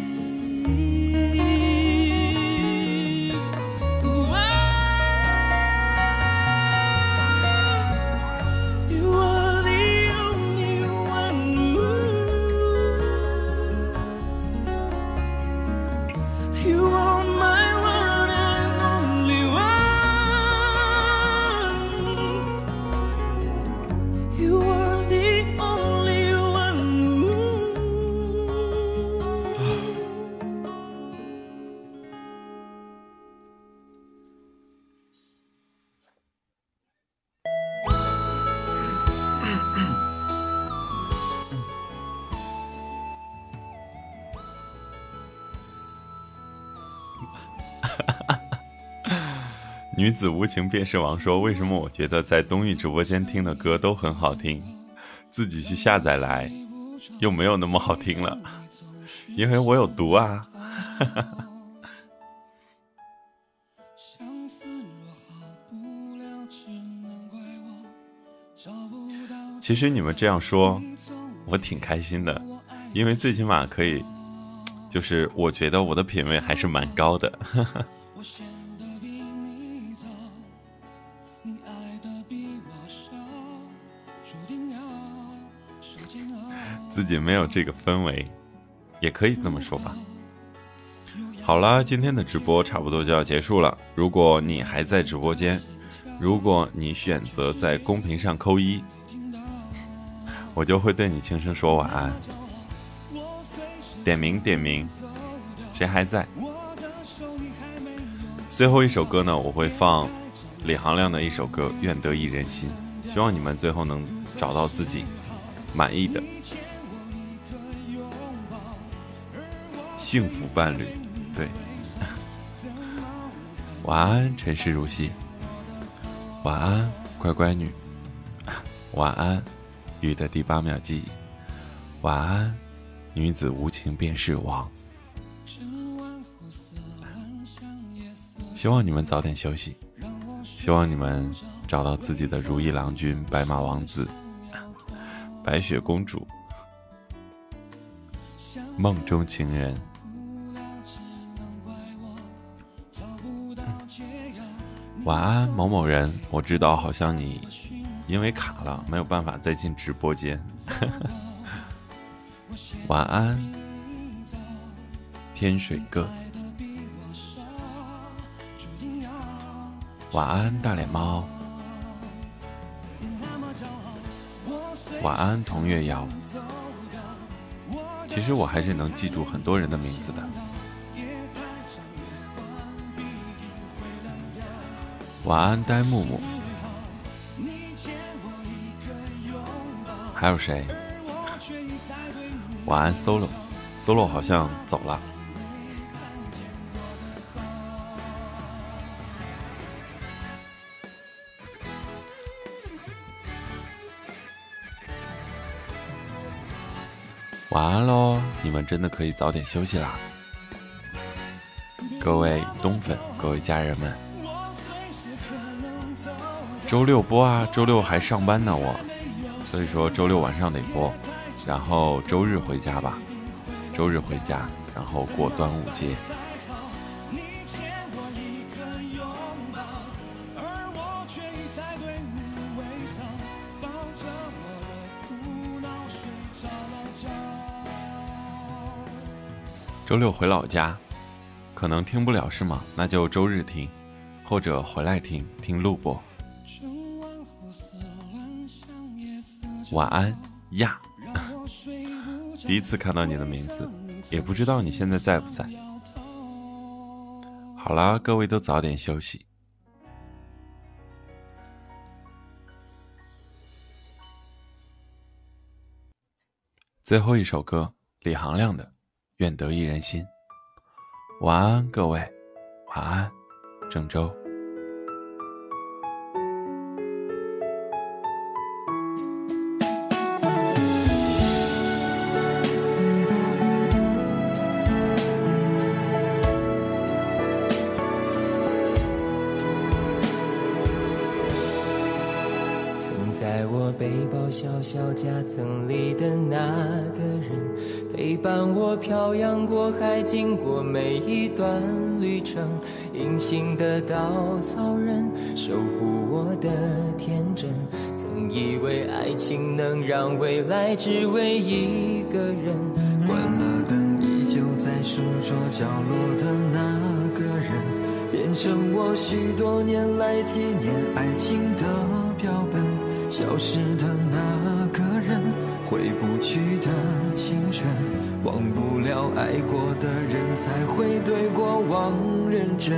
女子无情便是王说，为什么我觉得在东艺直播间听的歌都很好听，自己去下载来又没有那么好听了？因为我有毒啊。其实你们这样说我挺开心的，因为最起码可以，就是我觉得我的品味还是蛮高的。自己没有这个氛围，也可以这么说吧。好了，今天的直播差不多就要结束了。如果你还在直播间，如果你选择在公屏上扣1，我就会对你轻声说晚安。 点名，谁还在？最后一首歌呢，我会放李行亮的一首歌《愿得一人心》，希望你们最后能找到自己满意的幸福伴侣。对，晚安尘世如戏，晚安乖乖女，晚安雨的第8秒记忆，晚安女子无情便是王。希望你们早点休息，希望你们找到自己的如意郎君、白马王子、白雪公主、梦中情人。晚安某某人，我知道好像你因为卡了没有办法再进直播间。晚安天水哥，晚安大脸猫，晚安童月瑶。其实我还是能记住很多人的名字的。晚安呆木木，还有谁？晚安 solo 好像走了。晚安咯，你们真的可以早点休息啦。各位冬粉，各位家人们，周六播啊，周六还上班呢我，所以说周六晚上得播，然后周日回家吧，周日回家，然后过端午节。周六回老家，可能听不了是吗？那就周日听，或者回来听录播。晚安呀，第一次看到你的名字，也不知道你现在在不在。好啦，各位都早点休息。最后一首歌，李行亮的《愿得一人心》。晚安各位，晚安郑州。 在我背包小小夹层里的那个人，陪伴我漂洋过海，经过每一段旅程。隐形的稻草人，守护我的天真。曾以为爱情能让未来只为一个人。 关了灯，依旧在书桌角落的那个人，变成我许多年来纪念爱情的标本。消失的那个人，回不去的青春，忘不了爱过的人，才会对过往认真。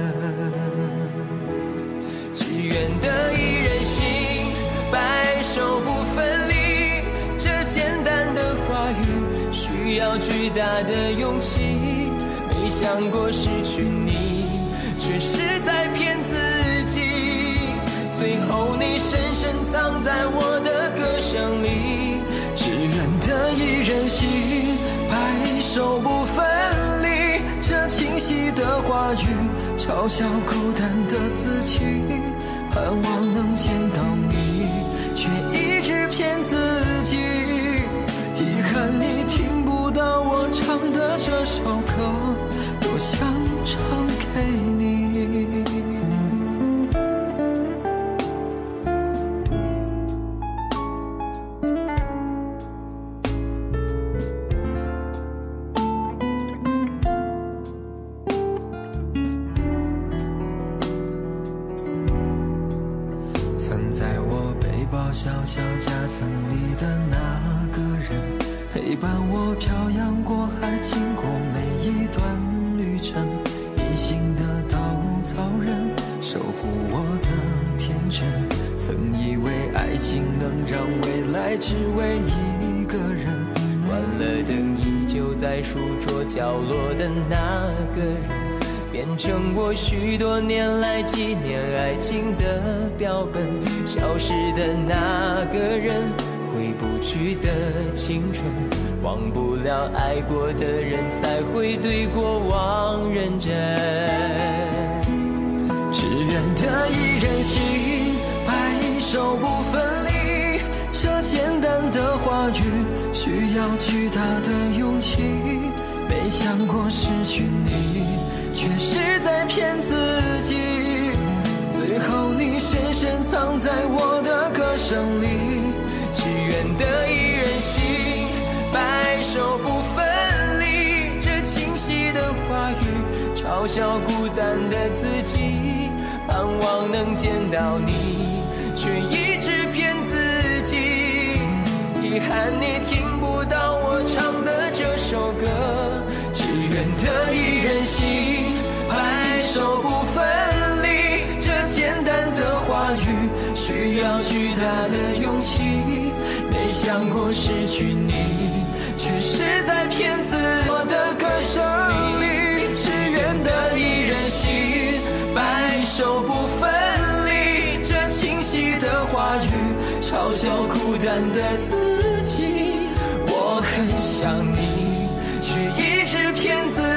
只愿得一人心，白首不分离。这简单的话语，需要巨大的勇气。没想过失去你，却是在骗自己。最后你深深藏在我的歌声里。 只愿得一人心，白首不分离。这清晰的话语，嘲笑孤单的自己。盼望能见到你，却一直骗自己。遗憾你听不到我唱的这首歌，多想唱给你。小小夹层里的那个人， 陪伴我漂洋过海，经过每一段旅程，隐形的稻草人守护我的天真。曾以为爱情能让未来只为一个人，关了灯依旧在书桌角落的那个人，变成我许多年来纪念爱情的标本。消失的那个人，回不去的青春，忘不了爱过的人，才会对过往认真。只愿得一人心，白首不分离。这简单的话语，需要巨大的勇气。没想过失去你，却是在骗自己。最后你深深藏在我的歌声里。只愿得一人心，白首不分离。这清晰的话语，嘲笑孤单的自己。盼望能见到你，却一直骗自己。遗憾你听不到我唱的这首歌。只愿得一人心，白首不分离。这简单的话语，需要巨大的勇气。没想过失去你，却是在骗自己。我的歌声里，只愿得一人心，白首不分离。这清晰的话语，嘲笑孤单的自己。我很想你，却一直骗自己。